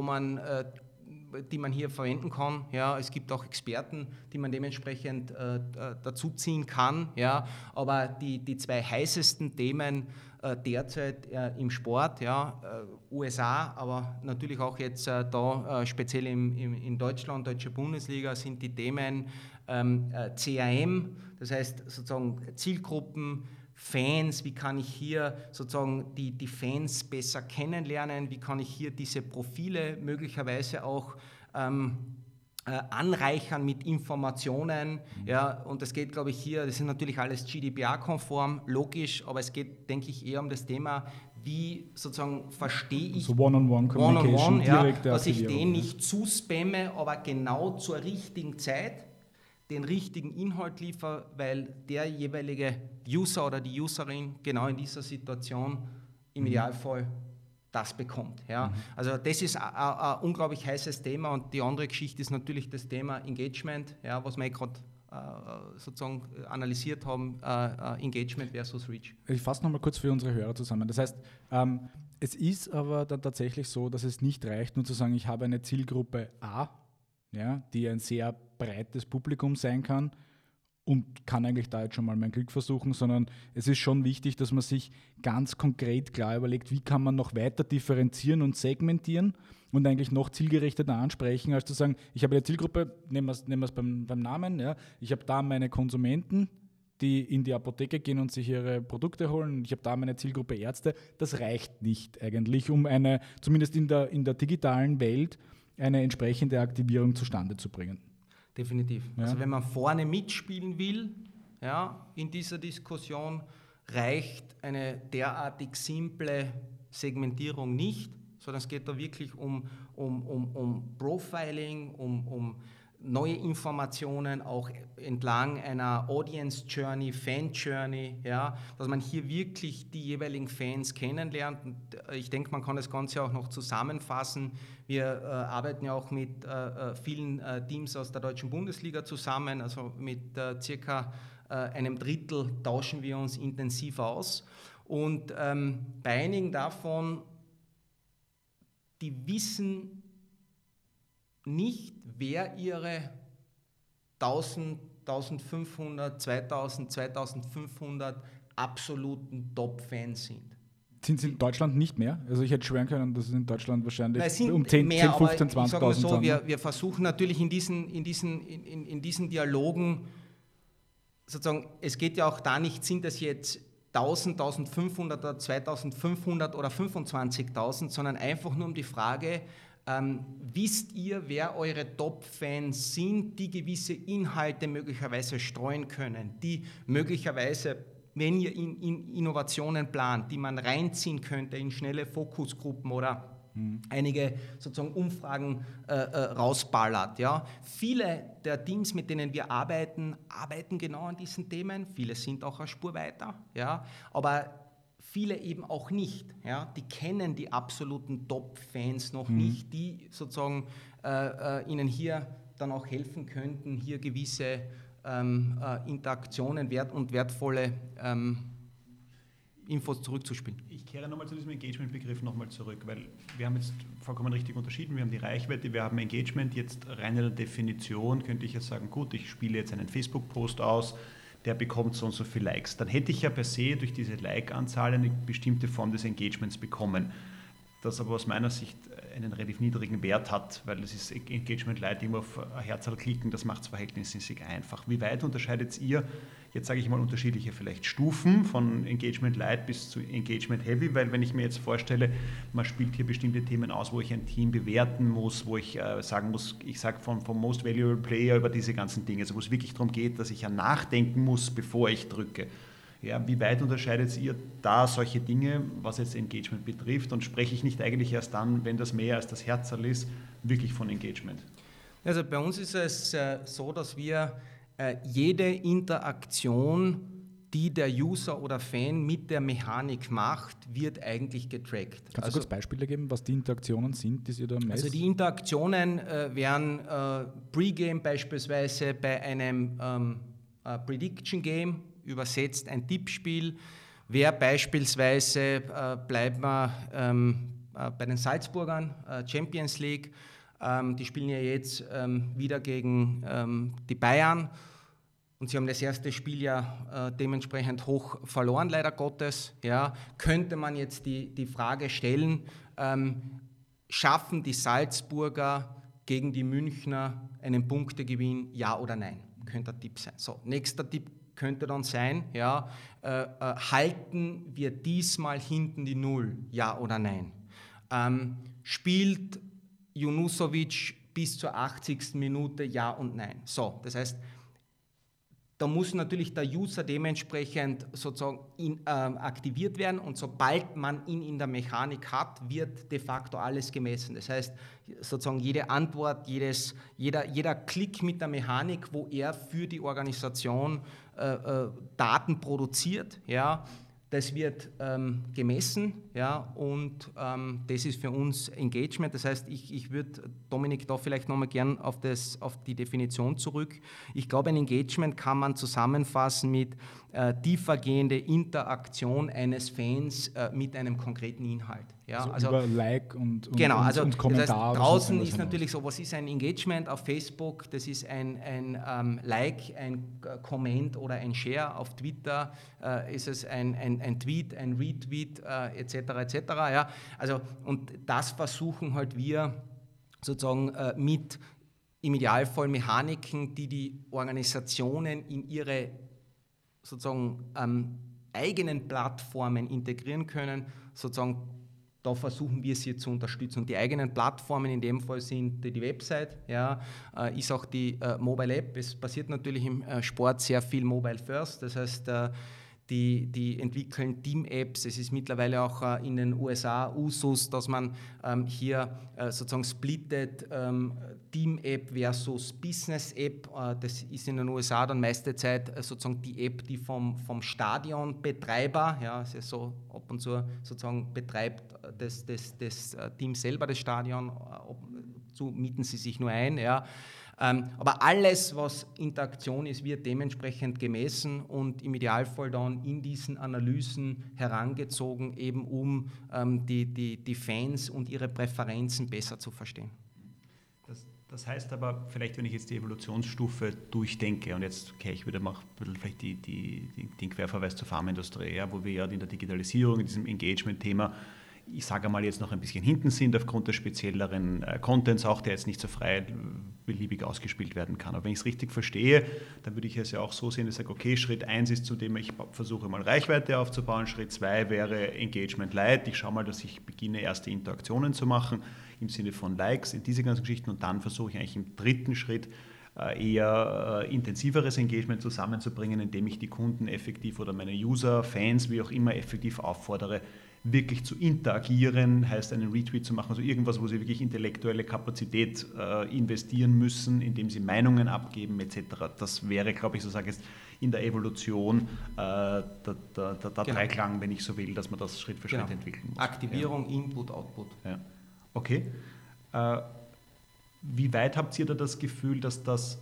die man hier verwenden kann. Ja, es gibt auch Experten, die man dementsprechend dazu ziehen kann. Ja, aber die zwei heißesten Themen derzeit im Sport, ja, USA, aber natürlich auch jetzt speziell in Deutschland, Deutsche Bundesliga, sind die Themen CRM, das heißt sozusagen Zielgruppen, Fans, wie kann ich hier sozusagen die Fans besser kennenlernen, wie kann ich hier diese Profile möglicherweise auch anreichern mit Informationen, ja, und das geht, glaube ich, hier, das ist natürlich alles GDPR-konform, logisch, aber es geht, denke ich, eher um das Thema, wie sozusagen verstehe ich so One-on-One-Communication, ja, dass ich den nicht zuspamme, aber genau zur richtigen Zeit den richtigen Inhalt liefere, weil der jeweilige User oder die Userin genau in dieser Situation im Idealfall das bekommt. Ja. Also das ist ein unglaublich heißes Thema und die andere Geschichte ist natürlich das Thema Engagement, ja, was wir gerade sozusagen analysiert haben, Engagement versus Reach. Ich fasse nochmal kurz für unsere Hörer zusammen. Das heißt, es ist aber dann tatsächlich so, dass es nicht reicht, nur zu sagen, ich habe eine Zielgruppe A, ja, die ein sehr breites Publikum sein kann und kann eigentlich da jetzt schon mal mein Glück versuchen, sondern es ist schon wichtig, dass man sich ganz konkret klar überlegt, wie kann man noch weiter differenzieren und segmentieren und eigentlich noch zielgerichteter ansprechen, als zu sagen, ich habe eine Zielgruppe, nehmen wir es beim Namen, ja, ich habe da meine Konsumenten, die in die Apotheke gehen und sich ihre Produkte holen. Ich habe da meine Zielgruppe Ärzte. Das reicht nicht eigentlich, um zumindest in der digitalen Welt, eine entsprechende Aktivierung zustande zu bringen. Definitiv. Ja. Also wenn man vorne mitspielen will, ja, in dieser Diskussion, reicht eine derartig simple Segmentierung nicht, sondern es geht da wirklich um Profiling, um neue Informationen auch entlang einer Audience Journey, Fan Journey, ja, dass man hier wirklich die jeweiligen Fans kennenlernt. Und ich denke, man kann das Ganze auch noch zusammenfassen. Wir arbeiten ja auch mit vielen Teams aus der deutschen Bundesliga zusammen, also mit circa einem Drittel tauschen wir uns intensiv aus. Und bei einigen davon, die wissen nicht, wer ihre 1000, 1500, 2000, 2500 absoluten Top-Fans sind. Sind sie in Deutschland nicht mehr? Also ich hätte schwören können, dass es in Deutschland wahrscheinlich um 10, 15, 20.000 so, wir versuchen natürlich in diesen Dialogen, sozusagen, es geht ja auch da nicht, sind das jetzt 1000, 1500 oder 2500 oder 25.000, sondern einfach nur um die Frage, wisst ihr, wer eure Top-Fans sind, die gewisse Inhalte möglicherweise streuen können, die möglicherweise, wenn ihr in Innovationen plant, die man reinziehen könnte in schnelle Fokusgruppen oder einige sozusagen Umfragen rausballert. Ja. Viele der Teams, mit denen wir arbeiten genau an diesen Themen. Viele sind auch eine Spur weiter, ja, aber viele eben auch nicht. Ja. Die kennen die absoluten Top-Fans noch nicht, die sozusagen ihnen hier dann auch helfen könnten, hier gewisse Interaktionen und wertvolle Infos zurückzuspielen. Ich kehre nochmal zu diesem Engagement-Begriff nochmal zurück, weil wir haben jetzt vollkommen richtig unterschieden, wir haben die Reichweite, wir haben Engagement, jetzt rein in der Definition könnte ich ja sagen, gut, ich spiele jetzt einen Facebook-Post aus, der bekommt so und so viele Likes. Dann hätte ich ja per se durch diese Like-Anzahl eine bestimmte Form des Engagements bekommen, das aber aus meiner Sicht einen relativ niedrigen Wert hat, weil das ist Engagement Light, immer auf ein Herzl klicken, das macht es verhältnismäßig einfach. Wie weit unterscheidet ihr, jetzt sage ich mal unterschiedliche vielleicht Stufen von Engagement Light bis zu Engagement Heavy, weil wenn ich mir jetzt vorstelle, man spielt hier bestimmte Themen aus, wo ich ein Team bewerten muss, wo ich sagen muss, ich sage vom Most Valuable Player über diese ganzen Dinge, also wo es wirklich darum geht, dass ich ja nachdenken muss, bevor ich drücke. Ja, wie weit unterscheidet ihr da solche Dinge, was jetzt Engagement betrifft? Und spreche ich nicht eigentlich erst dann, wenn das mehr als das Herzerl ist, wirklich von Engagement? Also bei uns ist es so, dass wir jede Interaktion, die der User oder Fan mit der Mechanik macht, wird eigentlich getrackt. Kannst du kurz Beispiele geben, was die Interaktionen sind, die ihr da messt? Also die Interaktionen wären Pre-Game beispielsweise bei einem Prediction Game, übersetzt ein Tippspiel, wäre beispielsweise, bleiben wir bei den Salzburgern, Champions League, die spielen ja jetzt wieder gegen die Bayern und sie haben das erste Spiel ja dementsprechend hoch verloren, leider Gottes. Ja. Könnte man jetzt die Frage stellen, schaffen die Salzburger gegen die Münchner einen Punktegewinn, ja oder nein? Könnte ein Tipp sein. So, nächster Tipp könnte dann sein, ja, halten wir diesmal hinten die Null, ja oder nein? Spielt Junusovic bis zur 80. Minute, ja und nein? So, das heißt, da muss natürlich der User dementsprechend sozusagen aktiviert werden und sobald man ihn in der Mechanik hat, wird de facto alles gemessen. Das heißt, sozusagen jede Antwort, jeder Klick mit der Mechanik, wo er für die Organisation Daten produziert, ja, das wird gemessen, ja, und das ist für uns Engagement. Das heißt, ich würde, Dominik, da vielleicht nochmal gern auf die Definition zurück. Ich glaube, ein Engagement kann man zusammenfassen mit tiefergehende Interaktion eines Fans mit einem konkreten Inhalt. Ja, also über Like und genau, also und Kommentar. Das heißt, draußen ist natürlich so, was ist ein Engagement auf Facebook? Das ist ein Like, ein Comment oder ein Share. Auf Twitter ist es ein Tweet, ein Retweet etc. etc. Ja? Also, und das versuchen halt wir sozusagen mit im Idealfall Mechaniken, die Organisationen in ihre sozusagen eigenen Plattformen integrieren können, sozusagen. Da versuchen wir sie zu unterstützen. Und die eigenen Plattformen in dem Fall sind die Website, ja, ist auch die Mobile App. Es passiert natürlich im Sport sehr viel Mobile First. Das heißt, die entwickeln Team-Apps. Es ist mittlerweile auch in den USA Usus, dass man hier sozusagen splittet, Team-App versus Business-App. Das ist in den USA dann meiste Zeit sozusagen die App, die vom Stadionbetreiber, ja, also so ab und zu sozusagen betreibt das Team selber das Stadion, so mieten sie sich nur ein, ja. Aber alles, was Interaktion ist, wird dementsprechend gemessen und im Idealfall dann in diesen Analysen herangezogen, eben um die Fans und ihre Präferenzen besser zu verstehen. Das heißt aber, vielleicht wenn ich jetzt die Evolutionsstufe durchdenke und jetzt kehre ich wieder mal vielleicht den Querverweis zur Pharmaindustrie, ja, wo wir ja in der Digitalisierung, in diesem Engagement-Thema, ich sage mal jetzt noch ein bisschen hinten sind aufgrund des spezielleren Contents, auch der jetzt nicht so frei beliebig ausgespielt werden kann. Aber wenn ich es richtig verstehe, dann würde ich es ja auch so sehen, dass ich sage, okay, Schritt 1 ist, zu dem ich versuche mal Reichweite aufzubauen, Schritt 2 wäre Engagement Light, ich schaue mal, dass ich beginne, erste Interaktionen zu machen, im Sinne von Likes, in diese ganzen Geschichten und dann versuche ich eigentlich im dritten Schritt eher intensiveres Engagement zusammenzubringen, indem ich die Kunden effektiv oder meine User, Fans, wie auch immer, effektiv auffordere, wirklich zu interagieren, heißt einen Retweet zu machen, also irgendwas, wo sie wirklich intellektuelle Kapazität investieren müssen, indem sie Meinungen abgeben etc. Das wäre, glaube ich, so sage ich jetzt, in der Evolution der Dreiklang, wenn ich so will, dass man das Schritt für Schritt entwickeln muss. Aktivierung, ja. Input, Output. Ja. Okay. Wie weit habt ihr da das Gefühl, dass das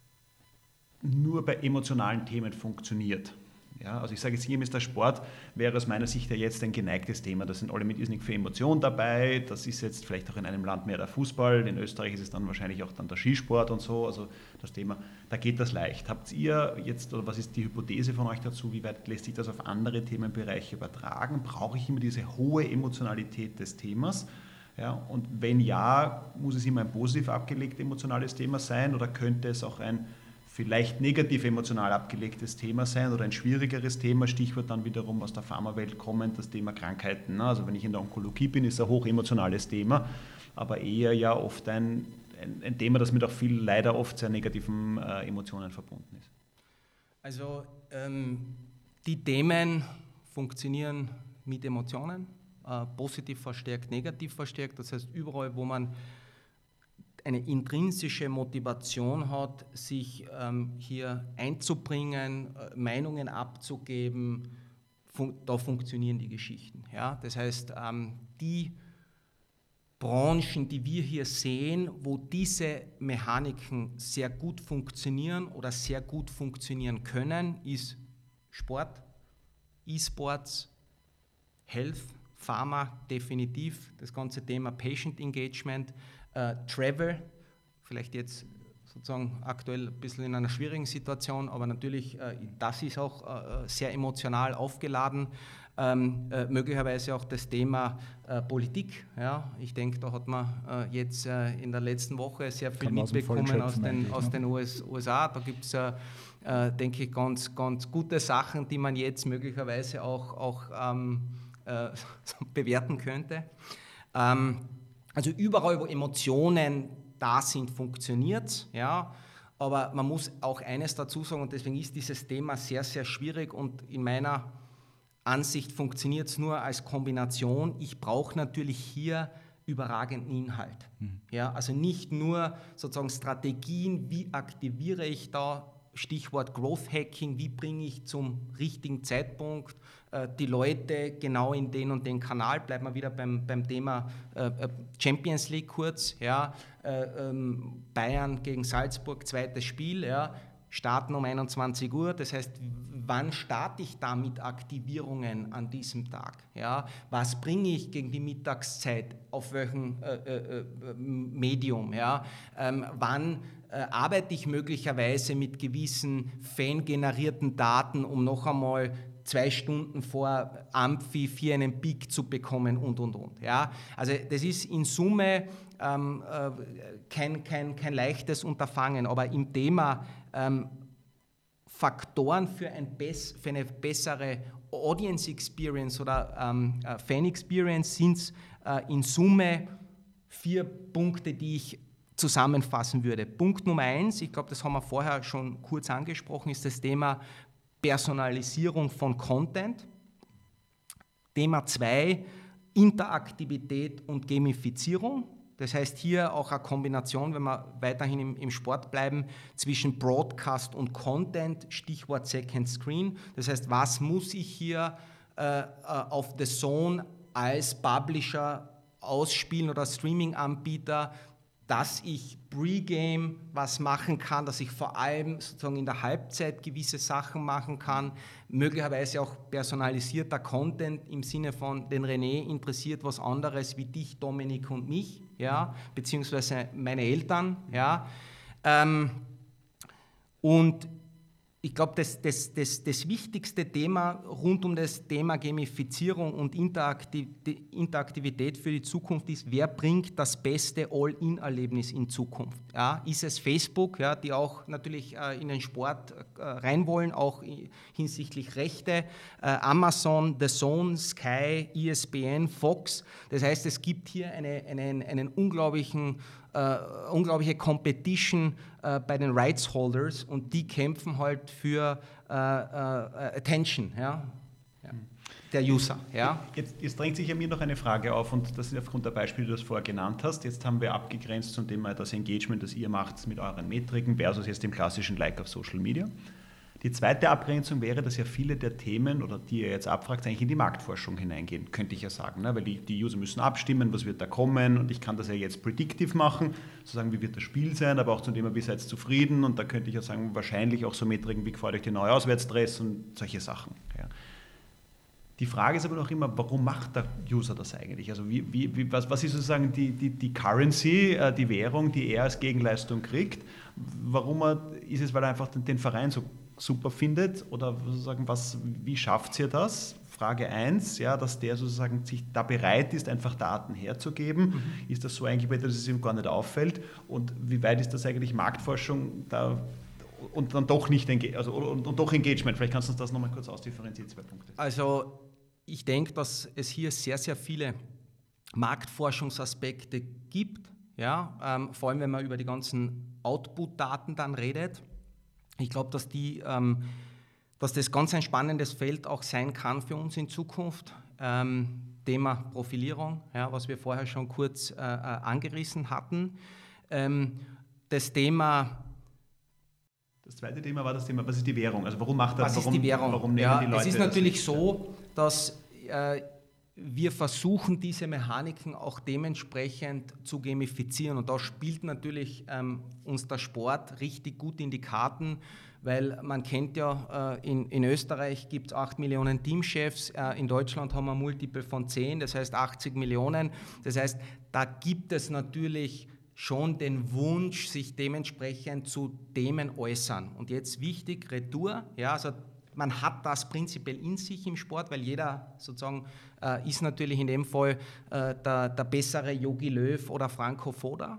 nur bei emotionalen Themen funktioniert? Ja, also ich sage jetzt, hier ist der Sport, wäre aus meiner Sicht ja jetzt ein geneigtes Thema. Da sind alle mit irrsinnig viel Emotion dabei. Das ist jetzt vielleicht auch in einem Land mehr der Fußball. In Österreich ist es dann wahrscheinlich auch dann der Skisport und so. Also das Thema, da geht das leicht. Habt ihr jetzt, oder was ist die Hypothese von euch dazu, wie weit lässt sich das auf andere Themenbereiche übertragen? Brauche ich immer diese hohe Emotionalität des Themas? Ja, und wenn ja, muss es immer ein positiv abgelegt emotionales Thema sein oder könnte es auch ein vielleicht negativ emotional abgelegtes Thema sein oder ein schwierigeres Thema, Stichwort dann wiederum aus der Pharmawelt kommend, das Thema Krankheiten. Also wenn ich in der Onkologie bin, ist es ein hochemotionales Thema, aber eher ja oft ein Thema, das mit auch viel, leider oft sehr negativen Emotionen verbunden ist. Also die Themen funktionieren mit Emotionen, positiv verstärkt, negativ verstärkt, das heißt überall, wo man eine intrinsische Motivation hat, sich hier einzubringen, Meinungen abzugeben, da funktionieren die Geschichten. Ja? Das heißt, die Branchen, die wir hier sehen, wo diese Mechaniken sehr gut funktionieren oder sehr gut funktionieren können, ist Sport, E-Sports, Health, Pharma definitiv, das ganze Thema Patient Engagement, Travel, vielleicht jetzt sozusagen aktuell ein bisschen in einer schwierigen Situation, aber natürlich, das ist auch sehr emotional aufgeladen. Möglicherweise auch das Thema Politik. Ja. Ich denke, da hat man jetzt in der letzten Woche sehr viel mitbekommen aus den USA. Da gibt es, denke ich, ganz, ganz gute Sachen, die man jetzt möglicherweise auch bewerten könnte. Also überall, wo Emotionen da sind, funktioniert es, ja. Aber man muss auch eines dazu sagen, und deswegen ist dieses Thema sehr, sehr schwierig und in meiner Ansicht funktioniert es nur als Kombination. Ich brauche natürlich hier überragenden Inhalt. Ja, also nicht nur sozusagen Strategien, wie aktiviere ich da, Stichwort Growth Hacking, wie bringe ich zum richtigen Zeitpunkt die Leute genau in den und den Kanal, bleiben wir wieder beim Thema Champions League kurz, ja, Bayern gegen Salzburg, zweites Spiel, ja, starten um 21 Uhr, das heißt, wann starte ich da mit Aktivierungen an diesem Tag? Ja? Was bringe ich gegen die Mittagszeit, auf welchem Medium? Ja? Wann arbeite ich möglicherweise mit gewissen fangenerierten Daten, um noch einmal 2 Stunden vor Amphi für einen Peak zu bekommen und. Ja? Also das ist in Summe kein leichtes Unterfangen, aber im Thema Faktoren für eine bessere Audience Experience oder Fan Experience sind es in Summe 4 Punkte, die ich zusammenfassen würde. Punkt Nummer 1, ich glaube, das haben wir vorher schon kurz angesprochen, ist das Thema Personalisierung von Content. Thema 2, Interaktivität und Gamifizierung. Das heißt, hier auch eine Kombination, wenn wir weiterhin im Sport bleiben, zwischen Broadcast und Content, Stichwort Second Screen. Das heißt, was muss ich hier auf The Zone als Publisher ausspielen oder Streaming-Anbieter, dass ich Pre-Game was machen kann, dass ich vor allem sozusagen in der Halbzeit gewisse Sachen machen kann, möglicherweise auch personalisierter Content im Sinne von, den René interessiert was anderes wie dich, Dominik und mich, ja, beziehungsweise meine Eltern, ja. Und ich glaube, das wichtigste Thema rund um das Thema Gamifizierung und Interaktivität für die Zukunft ist, wer bringt das beste All-in-Erlebnis in Zukunft? Ja, ist es Facebook, ja, die auch natürlich in den Sport rein wollen, auch hinsichtlich Rechte, Amazon, The Zone, Sky, ESPN, Fox. Das heißt, es gibt hier einen unglaubliche Competition bei den Rights Holders und die kämpfen halt für Attention, ja, der User. Ja. Jetzt drängt sich ja mir noch eine Frage auf und das ist aufgrund der Beispiele, die du das vorher genannt hast. Jetzt haben wir abgegrenzt zum Thema das Engagement, das ihr macht mit euren Metriken versus jetzt dem klassischen Like auf Social Media. Die zweite Abgrenzung wäre, dass ja viele der Themen, oder die ihr jetzt abfragt, eigentlich in die Marktforschung hineingehen, könnte ich ja sagen. Ne? Weil die User müssen abstimmen, was wird da kommen und ich kann das ja jetzt predictive machen, so sagen, wie wird das Spiel sein, aber auch zum Thema, wie seid ihr zufrieden und da könnte ich ja sagen, wahrscheinlich auch so Metriken, wie gefällt euch die neue Auswärtsdress und solche Sachen. Ja. Die Frage ist aber noch immer, warum macht der User das eigentlich? Also was ist sozusagen die Currency, die Währung, die er als Gegenleistung kriegt? Ist es, weil er einfach den Verein so super findet oder sozusagen wie schafft ihr das? Frage 1, ja, dass der sozusagen sich da bereit ist, einfach Daten herzugeben. Ist das so eingebettet, dass es ihm gar nicht auffällt? Und wie weit ist das eigentlich Marktforschung da und dann doch nicht und doch Engagement? Vielleicht kannst du uns das nochmal kurz ausdifferenzieren, 2 Punkte. Also ich denke, dass es hier sehr, sehr viele Marktforschungsaspekte gibt, ja, vor allem wenn man über die ganzen Output-Daten dann redet. Ich glaube, dass das ganz ein spannendes Feld auch sein kann für uns in Zukunft. Thema Profilierung, ja, was wir vorher schon kurz angerissen hatten. Das zweite Thema war das Thema, was ist die Währung? Also warum macht das? Was ist die Währung? Warum nehmen die Leute es ist natürlich so, dass wir versuchen, diese Mechaniken auch dementsprechend zu gamifizieren. Und da spielt natürlich uns der Sport richtig gut in die Karten, weil man kennt ja, in Österreich gibt es 8 Millionen Teamchefs, in Deutschland haben wir ein Multiple von 10, das heißt 80 Millionen. Das heißt, da gibt es natürlich schon den Wunsch, sich dementsprechend zu Themen äußern. Und jetzt wichtig, Retour, ja, also man hat das prinzipiell in sich im Sport, weil jeder sozusagen ist natürlich in dem Fall der bessere Jogi Löw oder Franco Foda.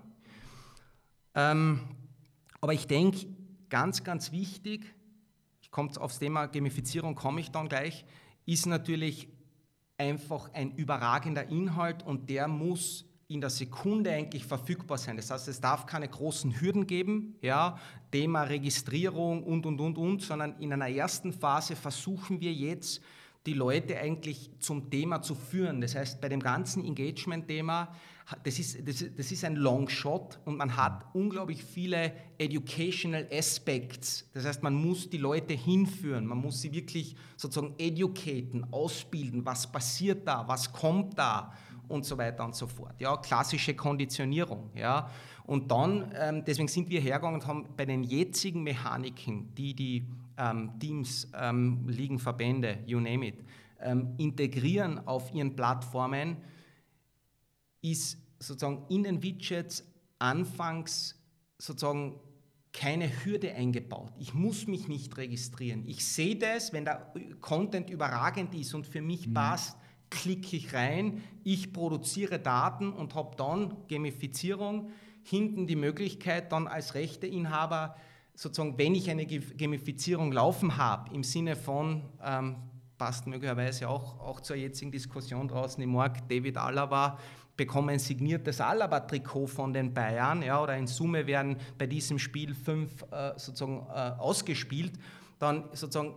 Aber ich denke, ganz, ganz wichtig, aufs Thema Gamifizierung komme ich dann gleich, ist natürlich einfach ein überragender Inhalt und der muss in der Sekunde eigentlich verfügbar sein. Das heißt, es darf keine großen Hürden geben, ja, Thema Registrierung und, sondern in einer ersten Phase versuchen wir jetzt, die Leute eigentlich zum Thema zu führen. Das heißt, bei dem ganzen Engagement-Thema, das ist ein Long Shot und man hat unglaublich viele Educational Aspects. Das heißt, man muss die Leute hinführen, man muss sie wirklich sozusagen educaten, ausbilden, was passiert da, was kommt da und so weiter und so fort. Ja, klassische Konditionierung. Ja. Und dann, deswegen sind wir hergegangen und haben bei den jetzigen Mechaniken, die Teams, Ligen, Verbände, you name it, integrieren auf ihren Plattformen, ist sozusagen in den Widgets anfangs sozusagen keine Hürde eingebaut. Ich muss mich nicht registrieren. Ich sehe das, wenn der Content überragend ist und für mich passt, klicke ich rein, ich produziere Daten und habe dann Gamifizierung, hinten die Möglichkeit dann als Rechteinhaber sozusagen, wenn ich eine Gamifizierung laufen habe, im Sinne von, passt möglicherweise auch zur jetzigen Diskussion draußen im Markt, David Alaba bekommt ein signiertes Alaba-Trikot von den Bayern, ja, oder in Summe werden bei diesem Spiel 5 sozusagen ausgespielt, dann sozusagen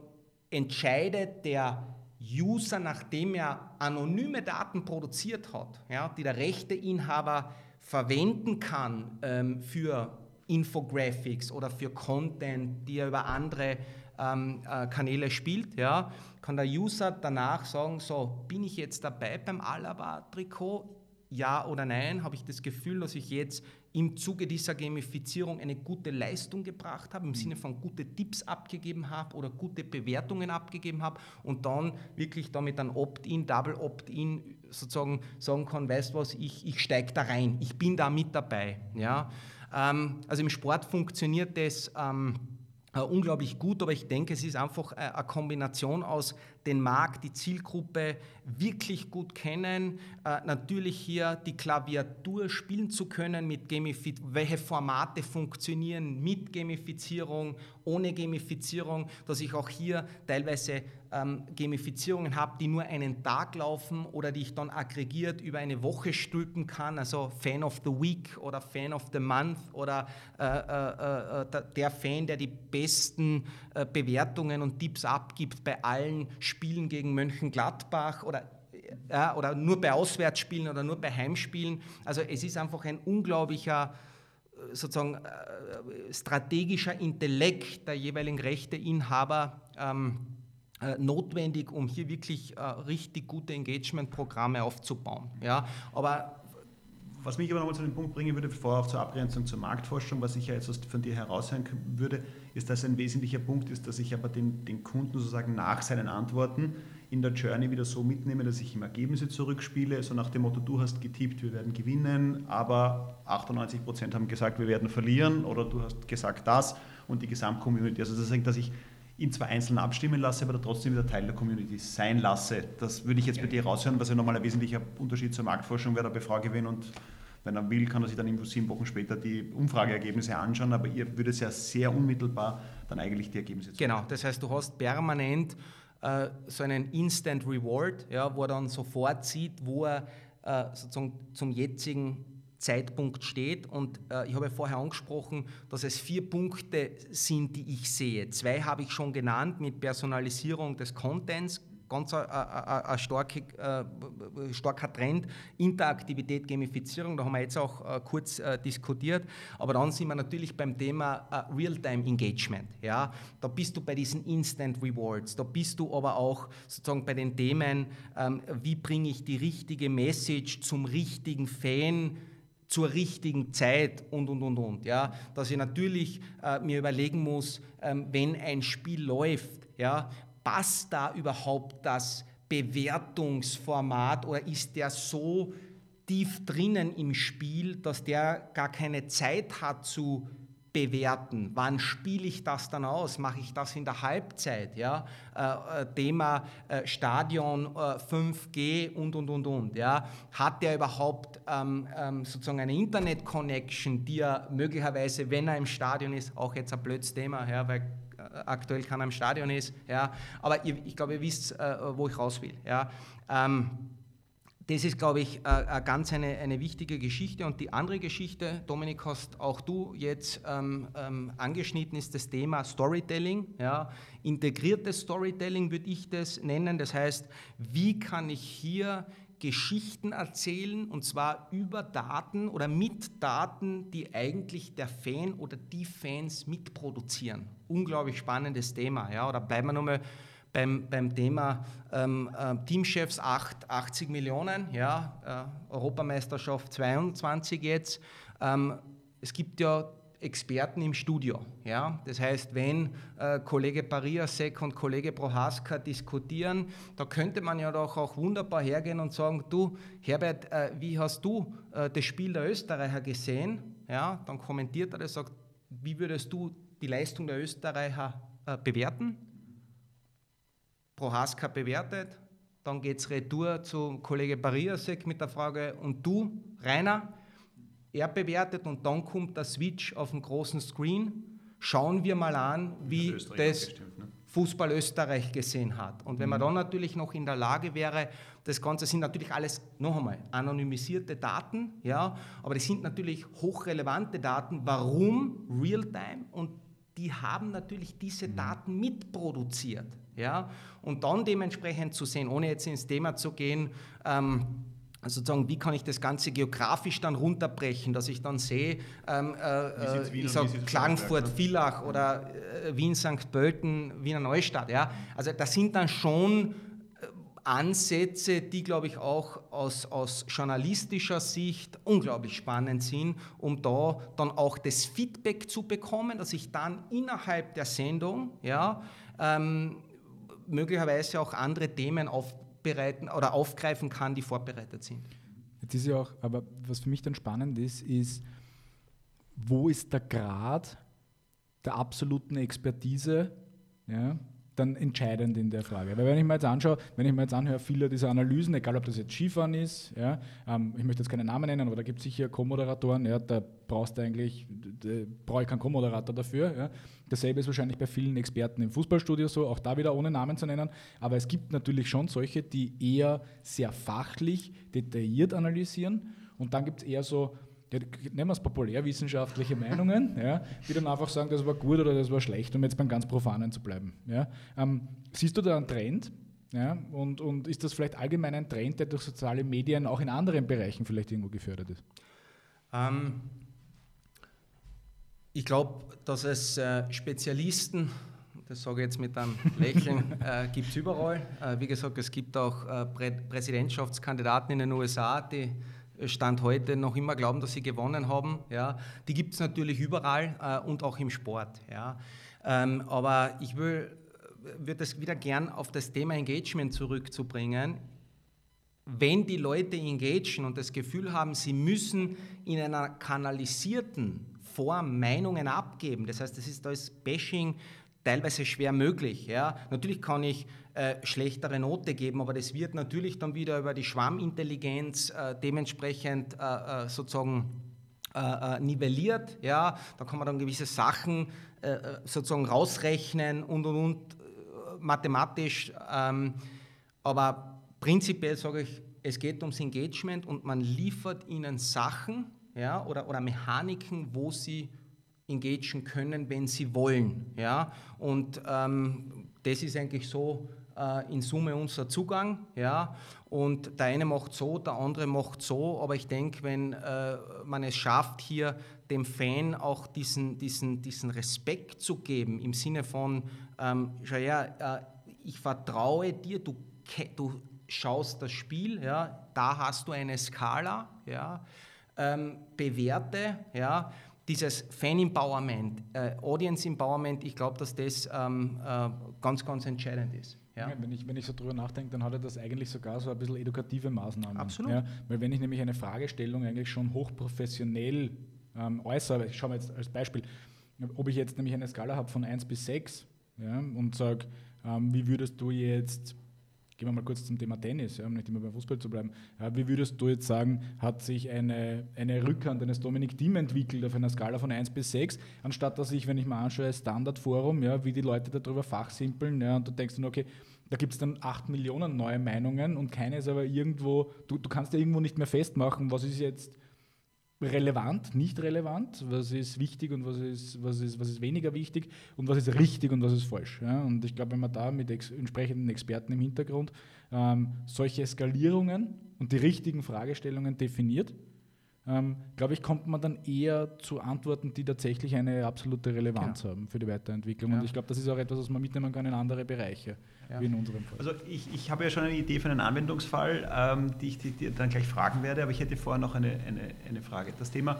entscheidet der User, nachdem er anonyme Daten produziert hat, ja, die der Rechteinhaber verwenden kann für Infographics oder für Content, die er über andere Kanäle spielt, ja, kann der User danach sagen, so, bin ich jetzt dabei beim Alaba-Trikot? Ja oder nein? Habe ich das Gefühl, dass ich jetzt im Zuge dieser Gamifizierung eine gute Leistung gebracht habe, im Sinne von gute Tipps abgegeben habe oder gute Bewertungen abgegeben habe und dann wirklich damit ein Opt-in, Double Opt-in sozusagen sagen kann, weißt du was, ich steige da rein, ich bin da mit dabei. Ja? Also im Sport funktioniert das unglaublich gut, aber ich denke, es ist einfach eine Kombination aus den Markt, die Zielgruppe wirklich gut kennen, natürlich hier die Klaviatur spielen zu können, mit welche Formate funktionieren mit Gamifizierung, ohne Gamifizierung, dass ich auch hier teilweise Gamifizierungen habe, die nur einen Tag laufen oder die ich dann aggregiert über eine Woche stülpen kann, also Fan of the Week oder Fan of the Month oder der Fan, der die besten Bewertungen und Tipps abgibt bei allen Spielen gegen Mönchengladbach oder nur bei Auswärtsspielen oder nur bei Heimspielen. Also es ist einfach ein unglaublicher sozusagen strategischer Intellekt der jeweiligen Rechteinhaber notwendig, um hier wirklich richtig gute Engagement-Programme aufzubauen. Ja, aber was mich aber nochmal zu dem Punkt bringen würde, vorher auch zur Abgrenzung zur Marktforschung, was ich ja jetzt von dir heraushören würde, ist, dass ein wesentlicher Punkt ist, dass ich aber den Kunden sozusagen nach seinen Antworten in der Journey wieder so mitnehme, dass ich ihm Ergebnisse zurückspiele, so nach dem Motto, du hast getippt, wir werden gewinnen, aber 98% haben gesagt, wir werden verlieren, oder du hast gesagt das und die Gesamtcommunity. Also das heißt, dass ich ihn zwar einzeln abstimmen lasse, aber trotzdem wieder Teil der Community sein lasse. Das würde ich jetzt bei dir raushören, was ja nochmal ein wesentlicher Unterschied zur Marktforschung wäre. Da befrage ich ihn und wenn er will, kann er sich dann irgendwo 7 Wochen später die Umfrageergebnisse anschauen, aber ihr würdet ja sehr unmittelbar dann eigentlich die Ergebnisse zu. Genau, das heißt, du hast permanent so einen Instant Reward, ja, wo er dann sofort sieht, wo er sozusagen zum jetzigen Zeitpunkt steht. Und ich habe ja vorher angesprochen, dass es 4 Punkte sind, die ich sehe. 2 habe ich schon genannt mit Personalisierung des Contents, ganz ein starker Trend, Interaktivität, Gamifizierung, da haben wir jetzt auch kurz diskutiert, aber dann sind wir natürlich beim Thema Real-Time-Engagement. Ja? Da bist du bei diesen Instant Rewards, da bist du aber auch sozusagen bei den Themen, wie bringe ich die richtige Message zum richtigen Fan, zur richtigen Zeit und. Ja? Dass ich natürlich mir überlegen muss, wenn ein Spiel läuft, ja, passt da überhaupt das Bewertungsformat oder ist der so tief drinnen im Spiel, dass der gar keine Zeit hat zu bewerten? Wann spiele ich das dann aus? Mache ich das in der Halbzeit? Ja? Thema Stadion, 5G und. Ja? Hat der überhaupt sozusagen eine Internet-Connection, die er möglicherweise, wenn er im Stadion ist, auch jetzt ein blödes Thema, ja, weil aktuell keiner im Stadion ist, ja, aber ich glaube, ihr wisst, wo ich raus will. Ja. Das ist, glaube ich, ganz eine wichtige Geschichte. Und die andere Geschichte, Dominik, hast auch du jetzt angeschnitten, ist das Thema Storytelling. Ja. Integriertes Storytelling würde ich das nennen. Das heißt, wie kann ich hier Geschichten erzählen, und zwar über Daten oder mit Daten, die eigentlich der Fan oder die Fans mitproduzieren. Unglaublich spannendes Thema. Ja? Oder bleiben wir nochmal beim Thema Teamchefs 80 Millionen, ja? Europameisterschaft 22 jetzt. Es gibt ja Experten im Studio. Ja? Das heißt, wenn Kollege Pariasek und Kollege Prohaska diskutieren, da könnte man ja doch auch wunderbar hergehen und sagen, du Herbert, wie hast du das Spiel der Österreicher gesehen? Ja? Dann kommentiert er das, sagt, wie würdest du die Leistung der Österreicher bewerten? Prohaska bewertet, dann geht es retour zu Kollege Pariasek mit der Frage, und du, Rainer? Er bewertet und dann kommt der Switch auf dem großen Screen. Schauen wir mal an, wie das Fußball Österreich gesehen hat. Und wenn man dann natürlich noch in der Lage wäre, das Ganze sind natürlich alles, noch einmal, anonymisierte Daten, ja, aber das sind natürlich hochrelevante Daten. Warum Realtime? Und die haben natürlich diese Daten mitproduziert. Ja? Und dann dementsprechend zu sehen, ohne jetzt ins Thema zu gehen, sozusagen, wie kann ich das Ganze geografisch dann runterbrechen, dass ich dann sehe, ich sage Klagenfurt, Villach oder Wien, St. Pölten, Wiener Neustadt. Ja? Also das sind dann schon Ansätze, die, glaube ich, auch aus journalistischer Sicht unglaublich spannend sind, um da dann auch das Feedback zu bekommen, dass ich dann innerhalb der Sendung möglicherweise auch andere Themen aufbereiten oder aufgreifen kann, die vorbereitet sind. Jetzt ist ja auch, aber was für mich dann spannend ist, wo ist der Grad der absoluten Expertise, ja, dann entscheidend in der Frage. Weil wenn ich mir jetzt anhöre, viele dieser Analysen, egal ob das jetzt Skifahren ist, ja, ich möchte jetzt keine Namen nennen, aber da gibt es sicher Co-Moderatoren, ja, da brauche ich keinen Co-Moderator dafür. Ja. Dasselbe ist wahrscheinlich bei vielen Experten im Fußballstudio so, auch da wieder ohne Namen zu nennen, aber es gibt natürlich schon solche, die eher sehr fachlich, detailliert analysieren und dann gibt es eher so, nennen wir es populärwissenschaftliche Meinungen, ja, die dann einfach sagen, das war gut oder das war schlecht, um jetzt beim ganz Profanen zu bleiben. Ja. Siehst du da einen Trend? Ja, und ist das vielleicht allgemein ein Trend, der durch soziale Medien auch in anderen Bereichen vielleicht irgendwo gefördert ist? Ich glaube, dass es Spezialisten, das sage ich jetzt mit einem Lächeln, gibt es überall. Wie gesagt, es gibt auch Präsidentschaftskandidaten in den USA, die Stand heute noch immer glauben, dass sie gewonnen haben. Ja. Die gibt es natürlich überall und auch im Sport. Ja. Aber ich würde das wieder gern auf das Thema Engagement zurückzubringen. Wenn die Leute engagieren und das Gefühl haben, sie müssen in einer kanalisierten Form Meinungen abgeben, das heißt, da ist Bashing teilweise schwer möglich. Ja. Natürlich kann ich schlechtere Note geben, aber das wird natürlich dann wieder über die Schwarmintelligenz dementsprechend sozusagen nivelliert. Ja. Da kann man dann gewisse Sachen sozusagen rausrechnen und mathematisch. Aber prinzipiell sage ich, es geht ums Engagement und man liefert ihnen Sachen, ja, oder Mechaniken, wo sie engagieren können, wenn sie wollen. Ja? Und das ist eigentlich so in Summe unser Zugang. Ja? Und der eine macht so, der andere macht so, aber ich denke, wenn man es schafft, hier dem Fan auch diesen Respekt zu geben, im Sinne von, schau her, ich vertraue dir, du schaust das Spiel, ja? Da hast du eine Skala, ja? Bewerte, ja? Dieses Fan-Empowerment, Audience-Empowerment, ich glaube, dass das ganz, ganz entscheidend ist. Ja? Ja, wenn ich so drüber nachdenke, dann hat er das eigentlich sogar so ein bisschen edukative Maßnahmen. Absolut. Ja? Weil wenn ich nämlich eine Fragestellung eigentlich schon hochprofessionell äußere, ich schaue mal jetzt als Beispiel, ob ich jetzt nämlich eine Skala habe von 1 bis 6, ja, und sage, wie würdest du jetzt, gehen wir mal kurz zum Thema Tennis, um nicht immer beim Fußball zu bleiben. Wie würdest du jetzt sagen, hat sich eine Rückhand eines Dominik Thiem entwickelt auf einer Skala von 1 bis 6, anstatt dass ich, wenn ich mal anschaue, Standardforum, ja, wie die Leute darüber fachsimpeln, ja, und du denkst dann, okay, da gibt es dann 8 Millionen neue Meinungen und keine ist aber irgendwo, du kannst ja irgendwo nicht mehr festmachen, was ist jetzt relevant, nicht relevant, was ist wichtig und was ist weniger wichtig und was ist richtig und was ist falsch. Ja? Und ich glaube, wenn man da mit entsprechenden Experten im Hintergrund solche Skalierungen und die richtigen Fragestellungen definiert, glaube ich, kommt man dann eher zu Antworten, die tatsächlich eine absolute Relevanz haben für die Weiterentwicklung. Ja. Und ich glaube, das ist auch etwas, was man mitnehmen kann in andere Bereiche, wie in unserem Fall. Also ich habe ja schon eine Idee für einen Anwendungsfall, die ich dir dann gleich fragen werde, aber ich hätte vorher noch eine Frage. Das Thema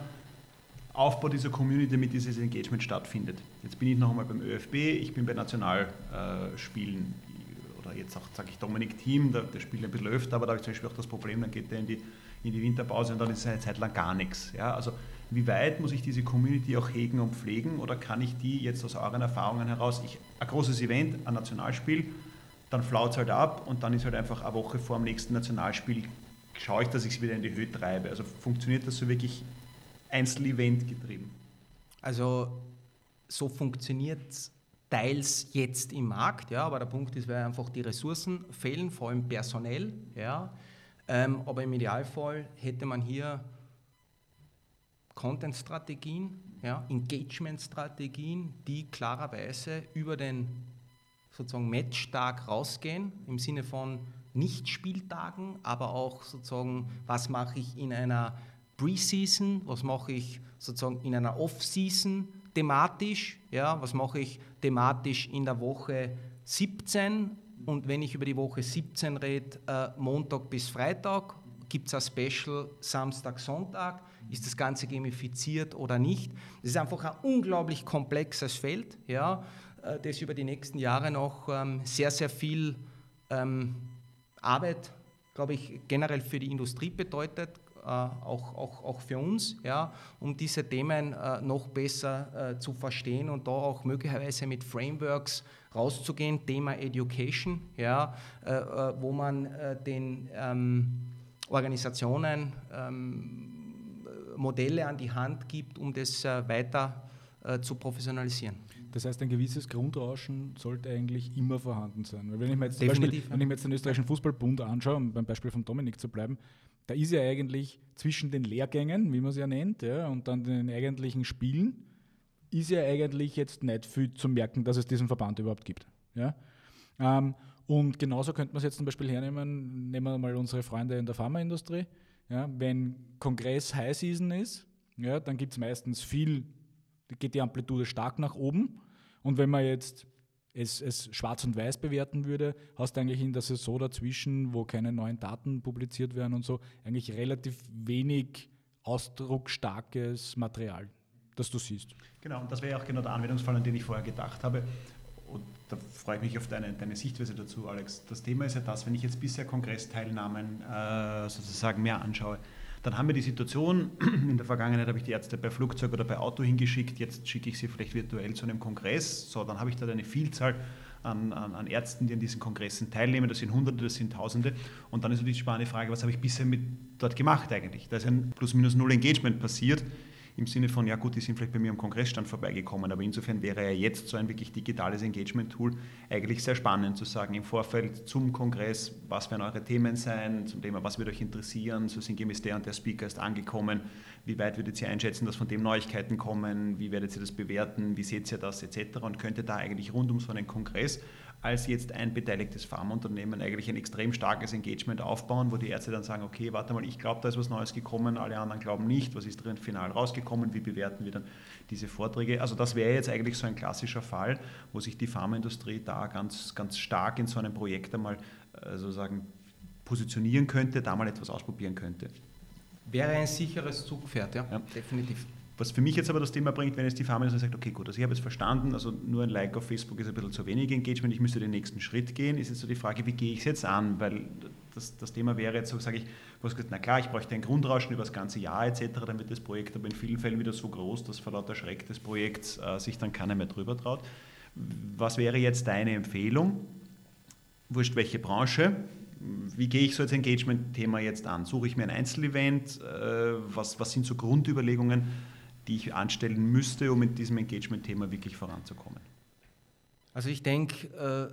Aufbau dieser Community, damit dieses Engagement stattfindet. Jetzt bin ich noch einmal beim ÖFB, ich bin bei Nationalspielen, oder jetzt auch, sage ich, Dominik Thiem, der spielt ein bisschen öfter, aber da habe ich zum Beispiel auch das Problem, dann geht der in die Winterpause und dann ist es eine Zeit lang gar nichts. Ja, also wie weit muss ich diese Community auch hegen und pflegen oder kann ich die jetzt aus euren Erfahrungen heraus, ein großes Event, ein Nationalspiel, dann flaut es halt ab und dann ist halt einfach eine Woche vor dem nächsten Nationalspiel, schaue ich, dass ich es wieder in die Höhe treibe. Also funktioniert das so wirklich Einzel-Event getrieben? Also so funktioniert es teils jetzt im Markt, ja, aber der Punkt ist, weil einfach die Ressourcen fehlen, vor allem personell, ja. Aber im Idealfall hätte man hier Content-Strategien, ja, Engagement-Strategien, die klarerweise über den sozusagen matchstark rausgehen, im Sinne von Nicht-Spieltagen, aber auch sozusagen, was mache ich in einer Preseason, was mache ich sozusagen in einer Off-Season thematisch, ja, was mache ich thematisch in der Woche 17 und wenn ich über die Woche 17 rede, Montag bis Freitag, gibt es ein Special Samstag, Sonntag, ist das Ganze gamifiziert oder nicht. Das ist einfach ein unglaublich komplexes Feld, ja, das über die nächsten Jahre noch sehr, sehr viel Arbeit, glaube ich, generell für die Industrie bedeutet, auch für uns, ja, um diese Themen noch besser zu verstehen und da auch möglicherweise mit Frameworks rauszugehen, Thema Education, ja, wo man den Organisationen Modelle an die Hand gibt, um das weiter zu professionalisieren. Das heißt, ein gewisses Grundrauschen sollte eigentlich immer vorhanden sein. Weil wenn ich mir jetzt, wenn ich mir jetzt den österreichischen Fußballbund anschaue, um beim Beispiel von Dominik zu bleiben, da ist ja eigentlich zwischen den Lehrgängen, wie man es ja nennt, ja, und dann den eigentlichen Spielen, ist ja eigentlich jetzt nicht viel zu merken, dass es diesen Verband überhaupt gibt. Ja? Und genauso könnte man es jetzt zum Beispiel hernehmen, nehmen wir mal unsere Freunde in der Pharmaindustrie. Ja? Wenn Kongress High Season ist, ja, dann gibt es meistens geht die Amplitude stark nach oben. Und wenn man jetzt es schwarz und weiß bewerten würde, hast du eigentlich in der Saison dazwischen, wo keine neuen Daten publiziert werden und so, eigentlich relativ wenig ausdrucksstarkes Material, das du siehst. Genau, und das wäre ja auch genau der Anwendungsfall, an den ich vorher gedacht habe. Und da freue ich mich auf deine Sichtweise dazu, Alex. Das Thema ist ja das, wenn ich jetzt bisher Kongressteilnahmen sozusagen mehr anschaue, dann haben wir die Situation, in der Vergangenheit habe ich die Ärzte bei Flugzeug oder bei Auto hingeschickt, jetzt schicke ich sie vielleicht virtuell zu einem Kongress. So, dann habe ich da eine Vielzahl an Ärzten, die an diesen Kongressen teilnehmen. Das sind Hunderte, das sind Tausende. Und dann ist natürlich die spannende Frage, was habe ich bisher dort gemacht eigentlich? Da ist ein plus-minus-null Engagement passiert. Im Sinne von, ja gut, die sind vielleicht bei mir am Kongressstand vorbeigekommen, aber insofern wäre ja jetzt so ein wirklich digitales Engagement-Tool eigentlich sehr spannend zu sagen, im Vorfeld zum Kongress, was werden eure Themen sein, zum Thema, was wird euch interessieren, so sinngemäß der und der Speaker ist angekommen, wie weit würdet ihr einschätzen, dass von dem Neuigkeiten kommen, wie werdet ihr das bewerten, wie seht ihr das etc. und könnte da eigentlich rund um so einen Kongress als jetzt ein beteiligtes Pharmaunternehmen eigentlich ein extrem starkes Engagement aufbauen, wo die Ärzte dann sagen, okay, warte mal, ich glaube, da ist was Neues gekommen, alle anderen glauben nicht, was ist drin final rausgekommen, wie bewerten wir dann diese Vorträge. Also das wäre jetzt eigentlich so ein klassischer Fall, wo sich die Pharmaindustrie da ganz, ganz stark in so einem Projekt einmal sozusagen positionieren könnte, da mal etwas ausprobieren könnte. Wäre ein sicheres Zugpferd, ja. Definitiv. Was für mich jetzt aber das Thema bringt, wenn jetzt die Pharmaindustrie sagt, okay gut, also ich habe es verstanden, also nur ein Like auf Facebook ist ein bisschen zu wenig Engagement, ich müsste den nächsten Schritt gehen, ist jetzt so die Frage, wie gehe ich es jetzt an, weil das Thema wäre jetzt so, sage ich, du hast gesagt, na klar, ich bräuchte ein Grundrauschen über das ganze Jahr etc., dann wird das Projekt aber in vielen Fällen wieder so groß, dass vor lauter Schreck des Projekts sich dann keiner mehr drüber traut. Was wäre jetzt deine Empfehlung? Wurscht welche Branche? Wie gehe ich so als Engagement-Thema jetzt an? Suche ich mir ein Einzelevent? Was sind so Grundüberlegungen, die ich anstellen müsste, um mit diesem Engagement-Thema wirklich voranzukommen? Also ich denke,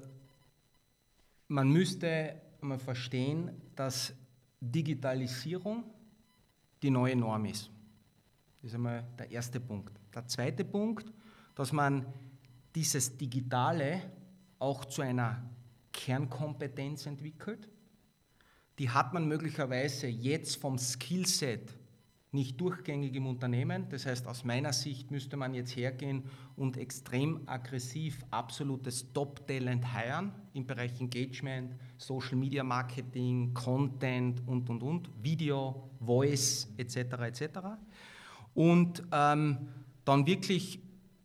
man müsste mal verstehen, dass Digitalisierung die neue Norm ist. Das ist einmal der erste Punkt. Der zweite Punkt, dass man dieses Digitale auch zu einer Kernkompetenz entwickelt. Die hat man möglicherweise jetzt vom Skillset nicht durchgängig im Unternehmen. Das heißt, aus meiner Sicht müsste man jetzt hergehen und extrem aggressiv absolutes Top-Talent hiren im Bereich Engagement, Social Media Marketing, Content und, Video, Voice etc. etc. Und dann wirklich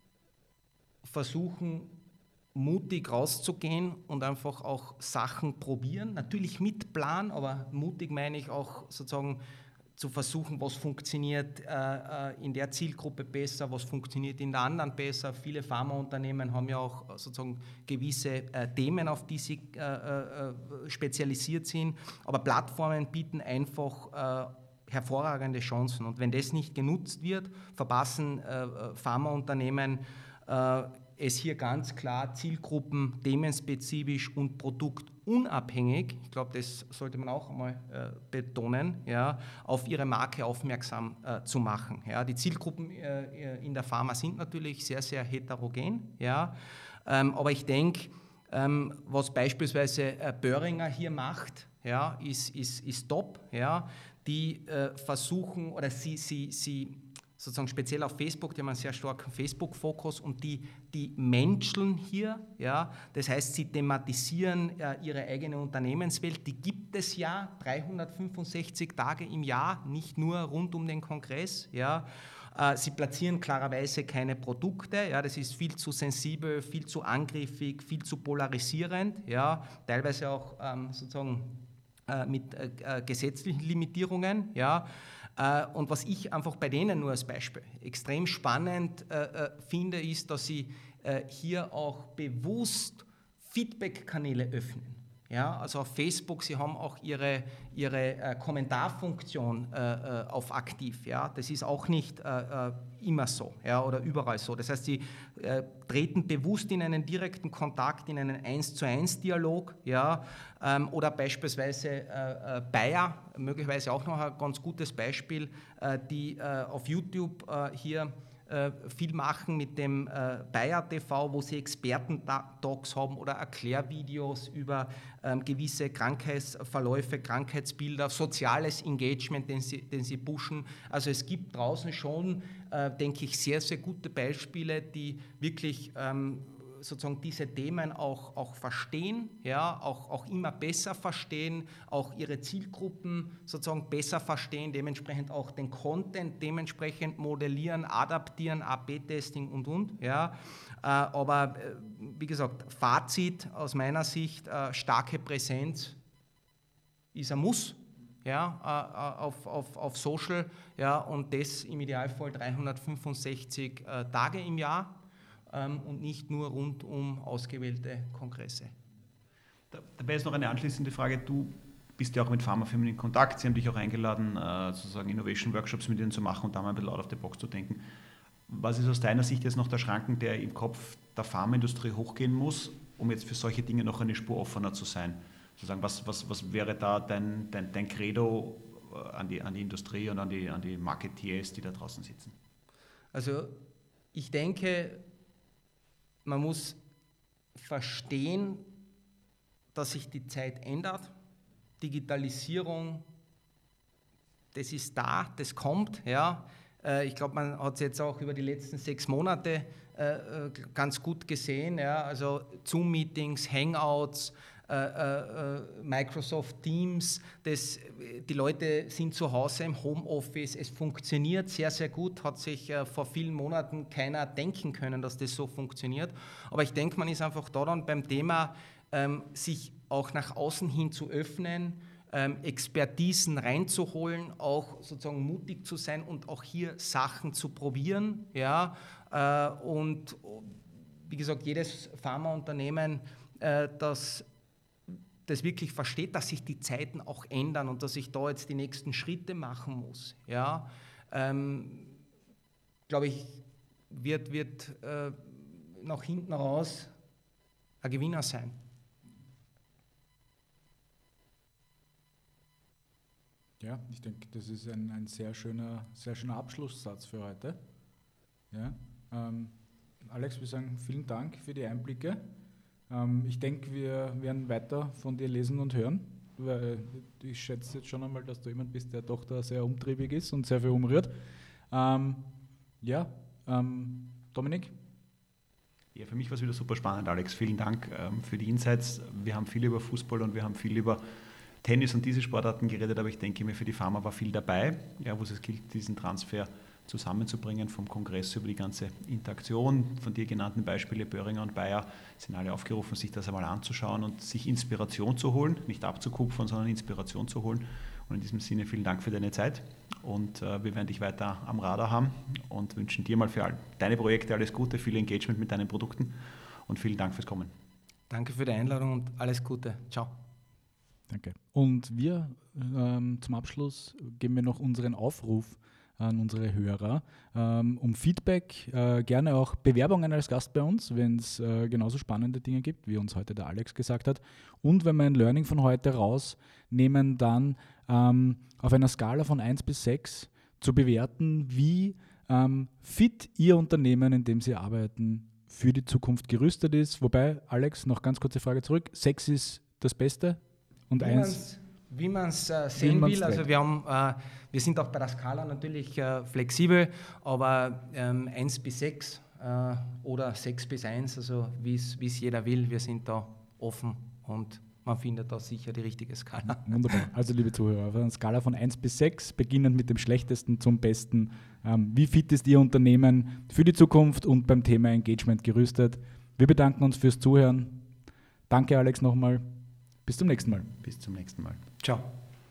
versuchen, mutig rauszugehen und einfach auch Sachen probieren. Natürlich mit Plan, aber mutig meine ich auch sozusagen zu versuchen, was funktioniert in der Zielgruppe besser, was funktioniert in der anderen besser. Viele Pharmaunternehmen haben ja auch sozusagen gewisse Themen, auf die sie spezialisiert sind, aber Plattformen bieten einfach hervorragende Chancen. Und wenn das nicht genutzt wird, verpassen Pharmaunternehmen es hier ganz klar Zielgruppen themenspezifisch und produktunabhängig, ich glaube, das sollte man auch einmal betonen, ja, auf ihre Marke aufmerksam zu machen. Ja. Die Zielgruppen in der Pharma sind natürlich sehr, sehr heterogen, ja, aber ich denke, Was beispielsweise Boehringer hier macht, ja, ist top. Ja. Die versuchen, oder sie sozusagen speziell auf Facebook, die haben einen sehr starken Facebook-Fokus und die menscheln hier, ja, das heißt, sie thematisieren ihre eigene Unternehmenswelt, die gibt es ja 365 Tage im Jahr, nicht nur rund um den Kongress, ja. Sie platzieren klarerweise keine Produkte, ja, das ist viel zu sensibel, viel zu angriffig, viel zu polarisierend, ja, teilweise auch sozusagen mit gesetzlichen Limitierungen, ja. Und was ich einfach bei denen nur als Beispiel extrem spannend finde, ist, dass sie hier auch bewusst Feedback-Kanäle öffnen. Ja, also auf Facebook, sie haben auch ihre Kommentarfunktion auf aktiv. Ja, das ist auch nicht immer so, ja, oder überall so. Das heißt, sie treten bewusst in einen direkten Kontakt, in einen 1:1 Dialog. Ja, oder beispielsweise Bayer, möglicherweise auch noch ein ganz gutes Beispiel, die auf YouTube hier viel machen mit dem Bayer TV, wo sie Experten-Talks haben oder Erklärvideos über gewisse Krankheitsverläufe, Krankheitsbilder, soziales Engagement, den sie pushen. Also es gibt draußen schon, denke ich, sehr, sehr gute Beispiele, die wirklich sozusagen diese Themen auch verstehen, ja, auch immer besser verstehen, auch ihre Zielgruppen sozusagen besser verstehen, dementsprechend auch den Content dementsprechend modellieren, adaptieren, AB-Testing und. Ja. Aber wie gesagt, Fazit aus meiner Sicht, starke Präsenz ist ein Muss, ja, auf Social, ja, und das im Idealfall 365 Tage im Jahr. Und nicht nur rund um ausgewählte Kongresse. Dabei ist noch eine anschließende Frage. Du bist ja auch mit Pharmafirmen in Kontakt. Sie haben dich auch eingeladen, sozusagen Innovation-Workshops mit ihnen zu machen und da mal ein bisschen out of the box zu denken. Was ist aus deiner Sicht jetzt noch der Schranken, der im Kopf der Pharmaindustrie hochgehen muss, um jetzt für solche Dinge noch eine Spur offener zu sein? Sozusagen, was wäre da dein Credo an die Industrie und an die Marketeers, die da draußen sitzen? Also ich denke, man muss verstehen, dass sich die Zeit ändert. Digitalisierung, das ist da, das kommt. Ja. Ich glaube, man hat es jetzt auch über die letzten 6 Monate ganz gut gesehen. Ja. Also Zoom-Meetings, Hangouts, Microsoft Teams, die Leute sind zu Hause im Homeoffice, es funktioniert sehr, sehr gut, hat sich vor vielen Monaten keiner denken können, dass das so funktioniert. Aber ich denke, man ist einfach da dann beim Thema, sich auch nach außen hin zu öffnen, Expertisen reinzuholen, auch sozusagen mutig zu sein und auch hier Sachen zu probieren. Ja? Und wie gesagt, jedes Pharmaunternehmen, das wirklich versteht, dass sich die Zeiten auch ändern und dass ich da jetzt die nächsten Schritte machen muss, ja, glaube ich, wird nach hinten raus ein Gewinner sein. Ja, ich denke, das ist ein sehr schöner Abschlusssatz für heute. Ja, Alex, wir sagen vielen Dank für die Einblicke. Ich denke, wir werden weiter von dir lesen und hören, weil ich schätze jetzt schon einmal, dass du jemand bist, der doch da sehr umtriebig ist und sehr viel umrührt. Dominik? Ja, für mich war es wieder super spannend, Alex. Vielen Dank für die Insights. Wir haben viel über Fußball und wir haben viel über Tennis und diese Sportarten geredet, aber ich denke mir, für die Pharma war viel dabei, ja, wo es gilt, diesen Transfer zusammenzubringen, vom Kongress über die ganze Interaktion. Von dir genannten Beispiele Boehringer und Bayer sind alle aufgerufen, sich das einmal anzuschauen und sich Inspiration zu holen, nicht abzukupfern, sondern Inspiration zu holen. Und in diesem Sinne vielen Dank für deine Zeit und wir werden dich weiter am Radar haben und wünschen dir mal für deine Projekte alles Gute, viel Engagement mit deinen Produkten und vielen Dank fürs Kommen. Danke für die Einladung und alles Gute. Ciao. Danke. Und wir zum Abschluss geben wir noch unseren Aufruf an unsere Hörer um Feedback, gerne auch Bewerbungen als Gast bei uns, wenn es genauso spannende Dinge gibt, wie uns heute der Alex gesagt hat. Und wenn wir ein Learning von heute rausnehmen, dann auf einer Skala von 1 bis 6 zu bewerten, wie fit Ihr Unternehmen, in dem Sie arbeiten, für die Zukunft gerüstet ist. Wobei, Alex, noch ganz kurze Frage zurück. 6 ist das Beste und 1... Wie man es sehen will, also wir sind auch bei der Skala natürlich flexibel, aber 1 bis 6 oder 6 bis 1, also wie es jeder will, wir sind da offen und man findet da sicher die richtige Skala. Wunderbar. Also liebe Zuhörer, auf einer Skala von 1 bis 6, beginnend mit dem Schlechtesten zum Besten. Wie fit ist Ihr Unternehmen für die Zukunft und beim Thema Engagement gerüstet? Wir bedanken uns fürs Zuhören. Danke, Alex, nochmal. Bis zum nächsten Mal. Bis zum nächsten Mal. Ciao.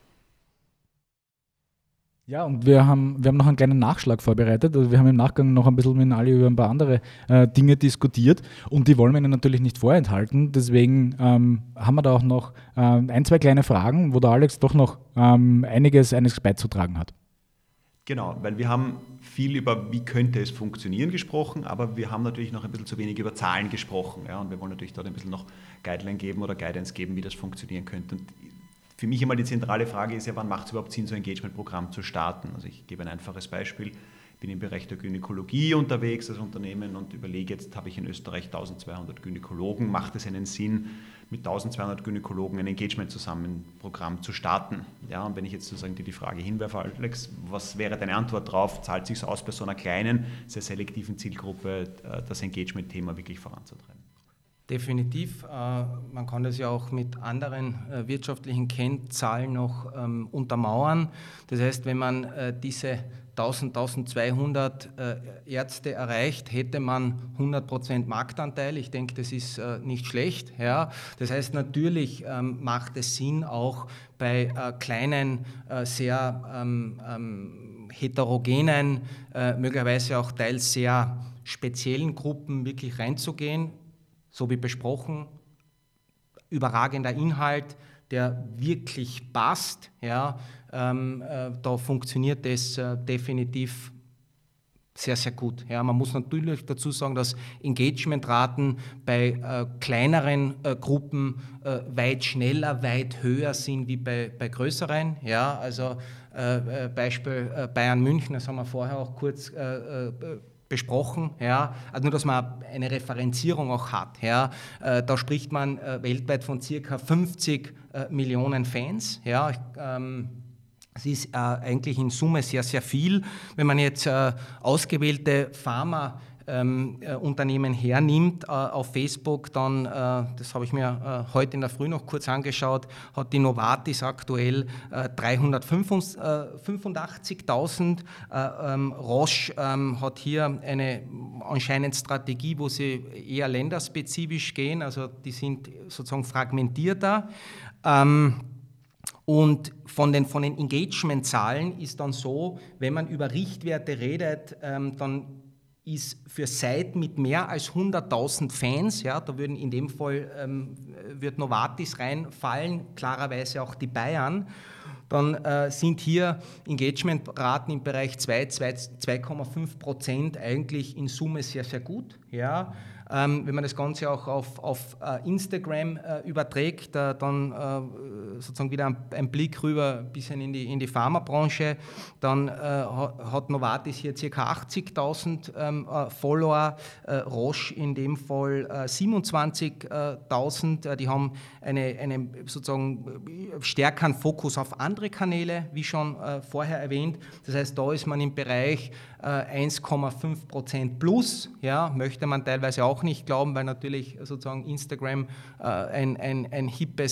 Ja, und wir haben noch einen kleinen Nachschlag vorbereitet. Also wir haben im Nachgang noch ein bisschen mit Ali über ein paar andere Dinge diskutiert und die wollen wir Ihnen natürlich nicht vorenthalten. Deswegen haben wir da auch noch 1, 2 kleine Fragen, wo der Alex doch noch einiges beizutragen hat. Genau, weil wir haben viel über, wie könnte es funktionieren gesprochen, aber wir haben natürlich noch ein bisschen zu wenig über Zahlen gesprochen. Ja, und wir wollen natürlich dort ein bisschen noch Guideline geben oder Guidance geben, wie das funktionieren könnte. Und für mich immer die zentrale Frage ist ja, wann macht es überhaupt Sinn, so ein Engagement-Programm zu starten? Also ich gebe ein einfaches Beispiel. Ich bin im Bereich der Gynäkologie unterwegs als Unternehmen und überlege, jetzt habe ich in Österreich 1200 Gynäkologen. Macht es einen Sinn, mit 1200 Gynäkologen ein Engagement-Programm zu starten? Ja, und wenn ich jetzt sozusagen dir die Frage hinwerfe, Alex, was wäre deine Antwort drauf? Zahlt es sich aus, bei so einer kleinen, sehr selektiven Zielgruppe das Engagement-Thema wirklich voranzutreiben? Definitiv. Man kann das ja auch mit anderen wirtschaftlichen Kennzahlen noch untermauern. Das heißt, wenn man diese 1200 Ärzte erreicht, hätte man 100% Marktanteil. Ich denke, das ist nicht schlecht. Ja. Das heißt, natürlich macht es Sinn, auch bei kleinen, sehr heterogenen, möglicherweise auch teils sehr speziellen Gruppen wirklich reinzugehen. So wie besprochen, überragender Inhalt, der wirklich passt. Ja, da funktioniert das definitiv sehr, sehr gut. Ja, man muss natürlich dazu sagen, dass Engagementraten bei kleineren Gruppen weit schneller, weit höher sind wie bei größeren. Ja, also Beispiel Bayern München, das haben wir vorher auch kurz besprochen, ja, also nur, dass man eine Referenzierung auch hat. Ja. Da spricht man weltweit von ca. 50 Millionen Fans. Ja. Es ist eigentlich in Summe sehr, sehr viel. Wenn man jetzt ausgewählte Pharmaunternehmen hernimmt auf Facebook, dann, das habe ich mir heute in der Früh noch kurz angeschaut, hat die Novartis aktuell 385.000. Roche hat hier eine anscheinend Strategie, wo sie eher länderspezifisch gehen, also die sind sozusagen fragmentierter. Und von den Engagement-Zahlen ist dann so, wenn man über Richtwerte redet, dann ist für Seiten mit mehr als 100.000 Fans, ja, da würden in dem Fall wird Novartis reinfallen, klarerweise auch die Bayern, dann sind hier Engagementraten im Bereich 2,5% eigentlich in Summe sehr, sehr gut. Ja. Wenn man das Ganze auch auf Instagram überträgt, dann sozusagen wieder ein Blick rüber ein bisschen in die Pharmabranche, dann hat Novartis hier ca. 80.000 Follower, Roche in dem Fall 27.000. Die haben einen sozusagen stärkeren Fokus auf andere Kanäle, wie schon vorher erwähnt. Das heißt, da ist man im Bereich 1,5% plus, ja, möchte man teilweise auch nicht glauben, weil natürlich sozusagen Instagram ein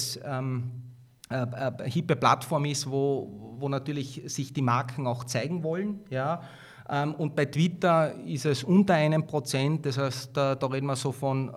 hippe Plattform ist, wo natürlich sich die Marken auch zeigen wollen. Ja. Und bei Twitter ist es unter 1%, das heißt, da reden wir so von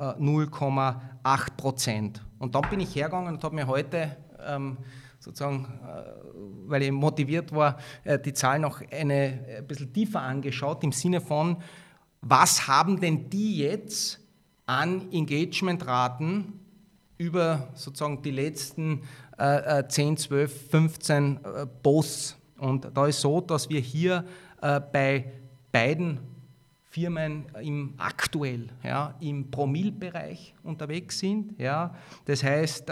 0,8%. Und dann bin ich hergegangen und habe mir heute sozusagen, weil ich motiviert war, die Zahl noch ein bisschen tiefer angeschaut, im Sinne von, was haben denn die jetzt an Engagementraten über sozusagen die letzten 10, 12, 15 Posts. Und da ist so, dass wir hier bei beiden Firmen aktuell im Promille-Bereich unterwegs sind. Ja. Das heißt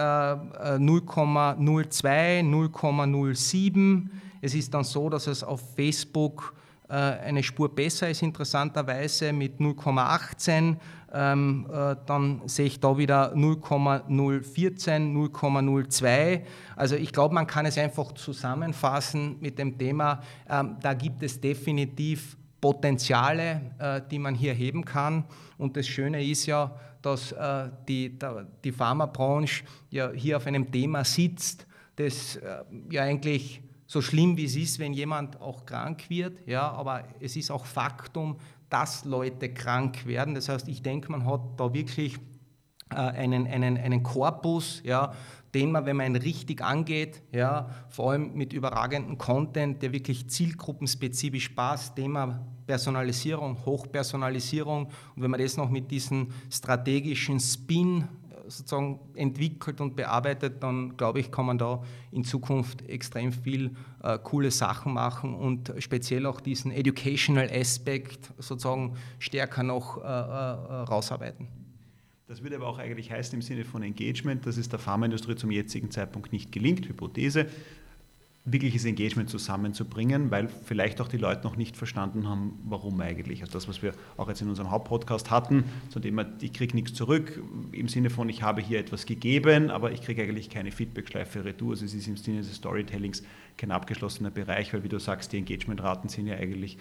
0,02, 0,07. Es ist dann so, dass es auf Facebook eine Spur besser ist, interessanterweise mit 0,18. Dann sehe ich da wieder 0,014, 0,02. Also ich glaube, man kann es einfach zusammenfassen mit dem Thema, da gibt es definitiv Potenziale, die man hier heben kann. Und das Schöne ist ja, dass die Pharmabranche ja hier auf einem Thema sitzt, das ja eigentlich so schlimm wie es ist, wenn jemand auch krank wird, ja, aber es ist auch Faktum, dass Leute krank werden. Das heißt, ich denke, man hat da wirklich einen Korpus, ja, den man, wenn man ihn richtig angeht, ja, vor allem mit überragendem Content, der wirklich zielgruppenspezifisch passt, Thema Personalisierung, Hochpersonalisierung, und wenn man das noch mit diesem strategischen Spin sozusagen entwickelt und bearbeitet, dann glaube ich, kann man da in Zukunft extrem viel coole Sachen machen und speziell auch diesen Educational Aspekt sozusagen stärker noch rausarbeiten. Das würde aber auch eigentlich heißen im Sinne von Engagement, dass es der Pharmaindustrie zum jetzigen Zeitpunkt nicht gelingt, Hypothese, wirkliches Engagement zusammenzubringen, weil vielleicht auch die Leute noch nicht verstanden haben, warum eigentlich. Also das, was wir auch jetzt in unserem Hauptpodcast hatten, zu dem ich kriege nichts zurück, im Sinne von, ich habe hier etwas gegeben, aber ich kriege eigentlich keine Feedbackschleife retour. Also es ist im Sinne des Storytellings kein abgeschlossener Bereich, weil wie du sagst, die Engagementraten sind ja eigentlich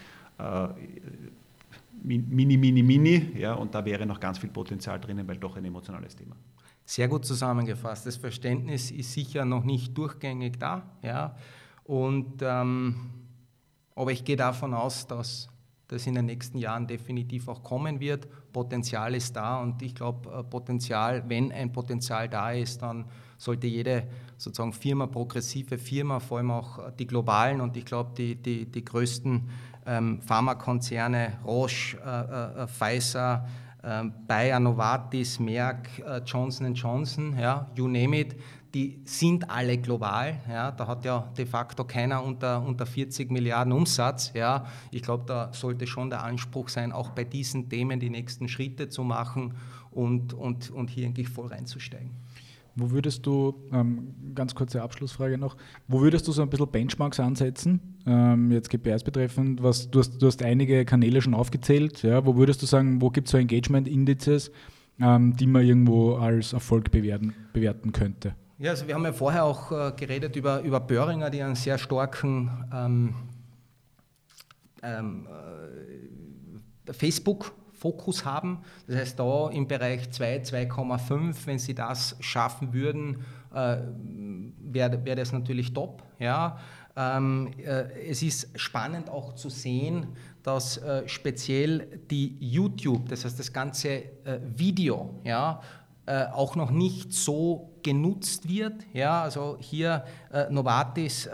mini, ja, und da wäre noch ganz viel Potenzial drinnen, weil doch ein emotionales Thema. Sehr gut zusammengefasst. Das Verständnis ist sicher noch nicht durchgängig da, ja. Und, aber ich gehe davon aus, dass das in den nächsten Jahren definitiv auch kommen wird. Potenzial ist da und ich glaube, Potenzial, wenn ein Potenzial da ist, dann sollte jede sozusagen Firma, progressive Firma, vor allem auch die globalen und ich glaube, die größten Pharmakonzerne, Roche, Pfizer, Bayer, Novartis, Merck, Johnson & Johnson, ja, you name it, die sind alle global. Ja, da hat ja de facto keiner unter 40 Milliarden Umsatz. Ja. Ich glaube, da sollte schon der Anspruch sein, auch bei diesen Themen die nächsten Schritte zu machen und hier eigentlich voll reinzusteigen. Wo würdest du, ganz kurze Abschlussfrage noch, wo würdest du so ein bisschen Benchmarks ansetzen, jetzt KPIs betreffend, du hast einige Kanäle schon aufgezählt, ja, wo würdest du sagen, wo gibt es so Engagement-Indizes, die man irgendwo als Erfolg bewerten könnte? Ja, also wir haben ja vorher auch geredet über Boehringer, die einen sehr starken Facebook-Fokus haben. Das heißt, da im Bereich 2,5, wenn sie das schaffen würden, wäre das natürlich top. Ja. Es ist spannend auch zu sehen, dass speziell die YouTube, das heißt das ganze Video, ja, auch noch nicht so genutzt wird. Ja, also hier Novartis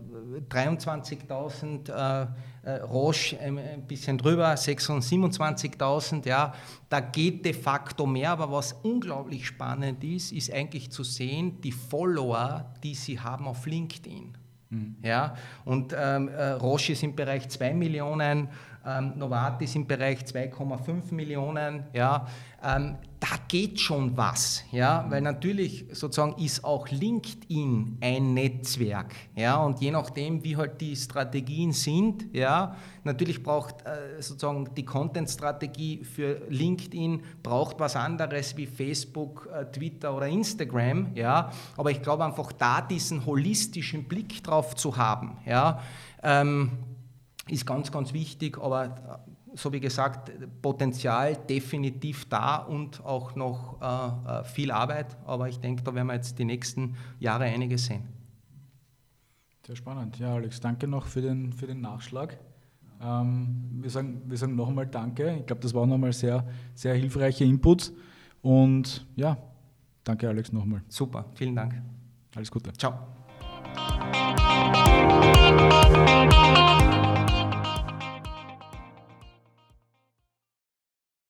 23.000, Roche ein bisschen drüber, 27.000. Ja, da geht de facto mehr, aber was unglaublich spannend ist eigentlich zu sehen, die Follower, die sie haben auf LinkedIn. Ja, und Roche ist im Bereich 2 Millionen, Novartis im Bereich 2,5 Millionen, ja, da geht schon was, ja, weil natürlich sozusagen ist auch LinkedIn ein Netzwerk, ja, und je nachdem, wie halt die Strategien sind, ja, natürlich braucht sozusagen die Content-Strategie für LinkedIn braucht was anderes wie Facebook, Twitter oder Instagram, ja, aber ich glaube einfach da diesen holistischen Blick drauf zu haben, ja, ist ganz, ganz wichtig, aber so wie gesagt, Potenzial definitiv da und auch noch viel Arbeit, aber ich denke, da werden wir jetzt die nächsten Jahre einiges sehen. Sehr spannend. Ja, Alex, danke noch für den Nachschlag. Wir sagen noch einmal Danke. Ich glaube, das waren nochmal sehr, sehr hilfreiche Inputs und ja, danke Alex nochmal. Super, vielen Dank. Alles Gute. Ciao.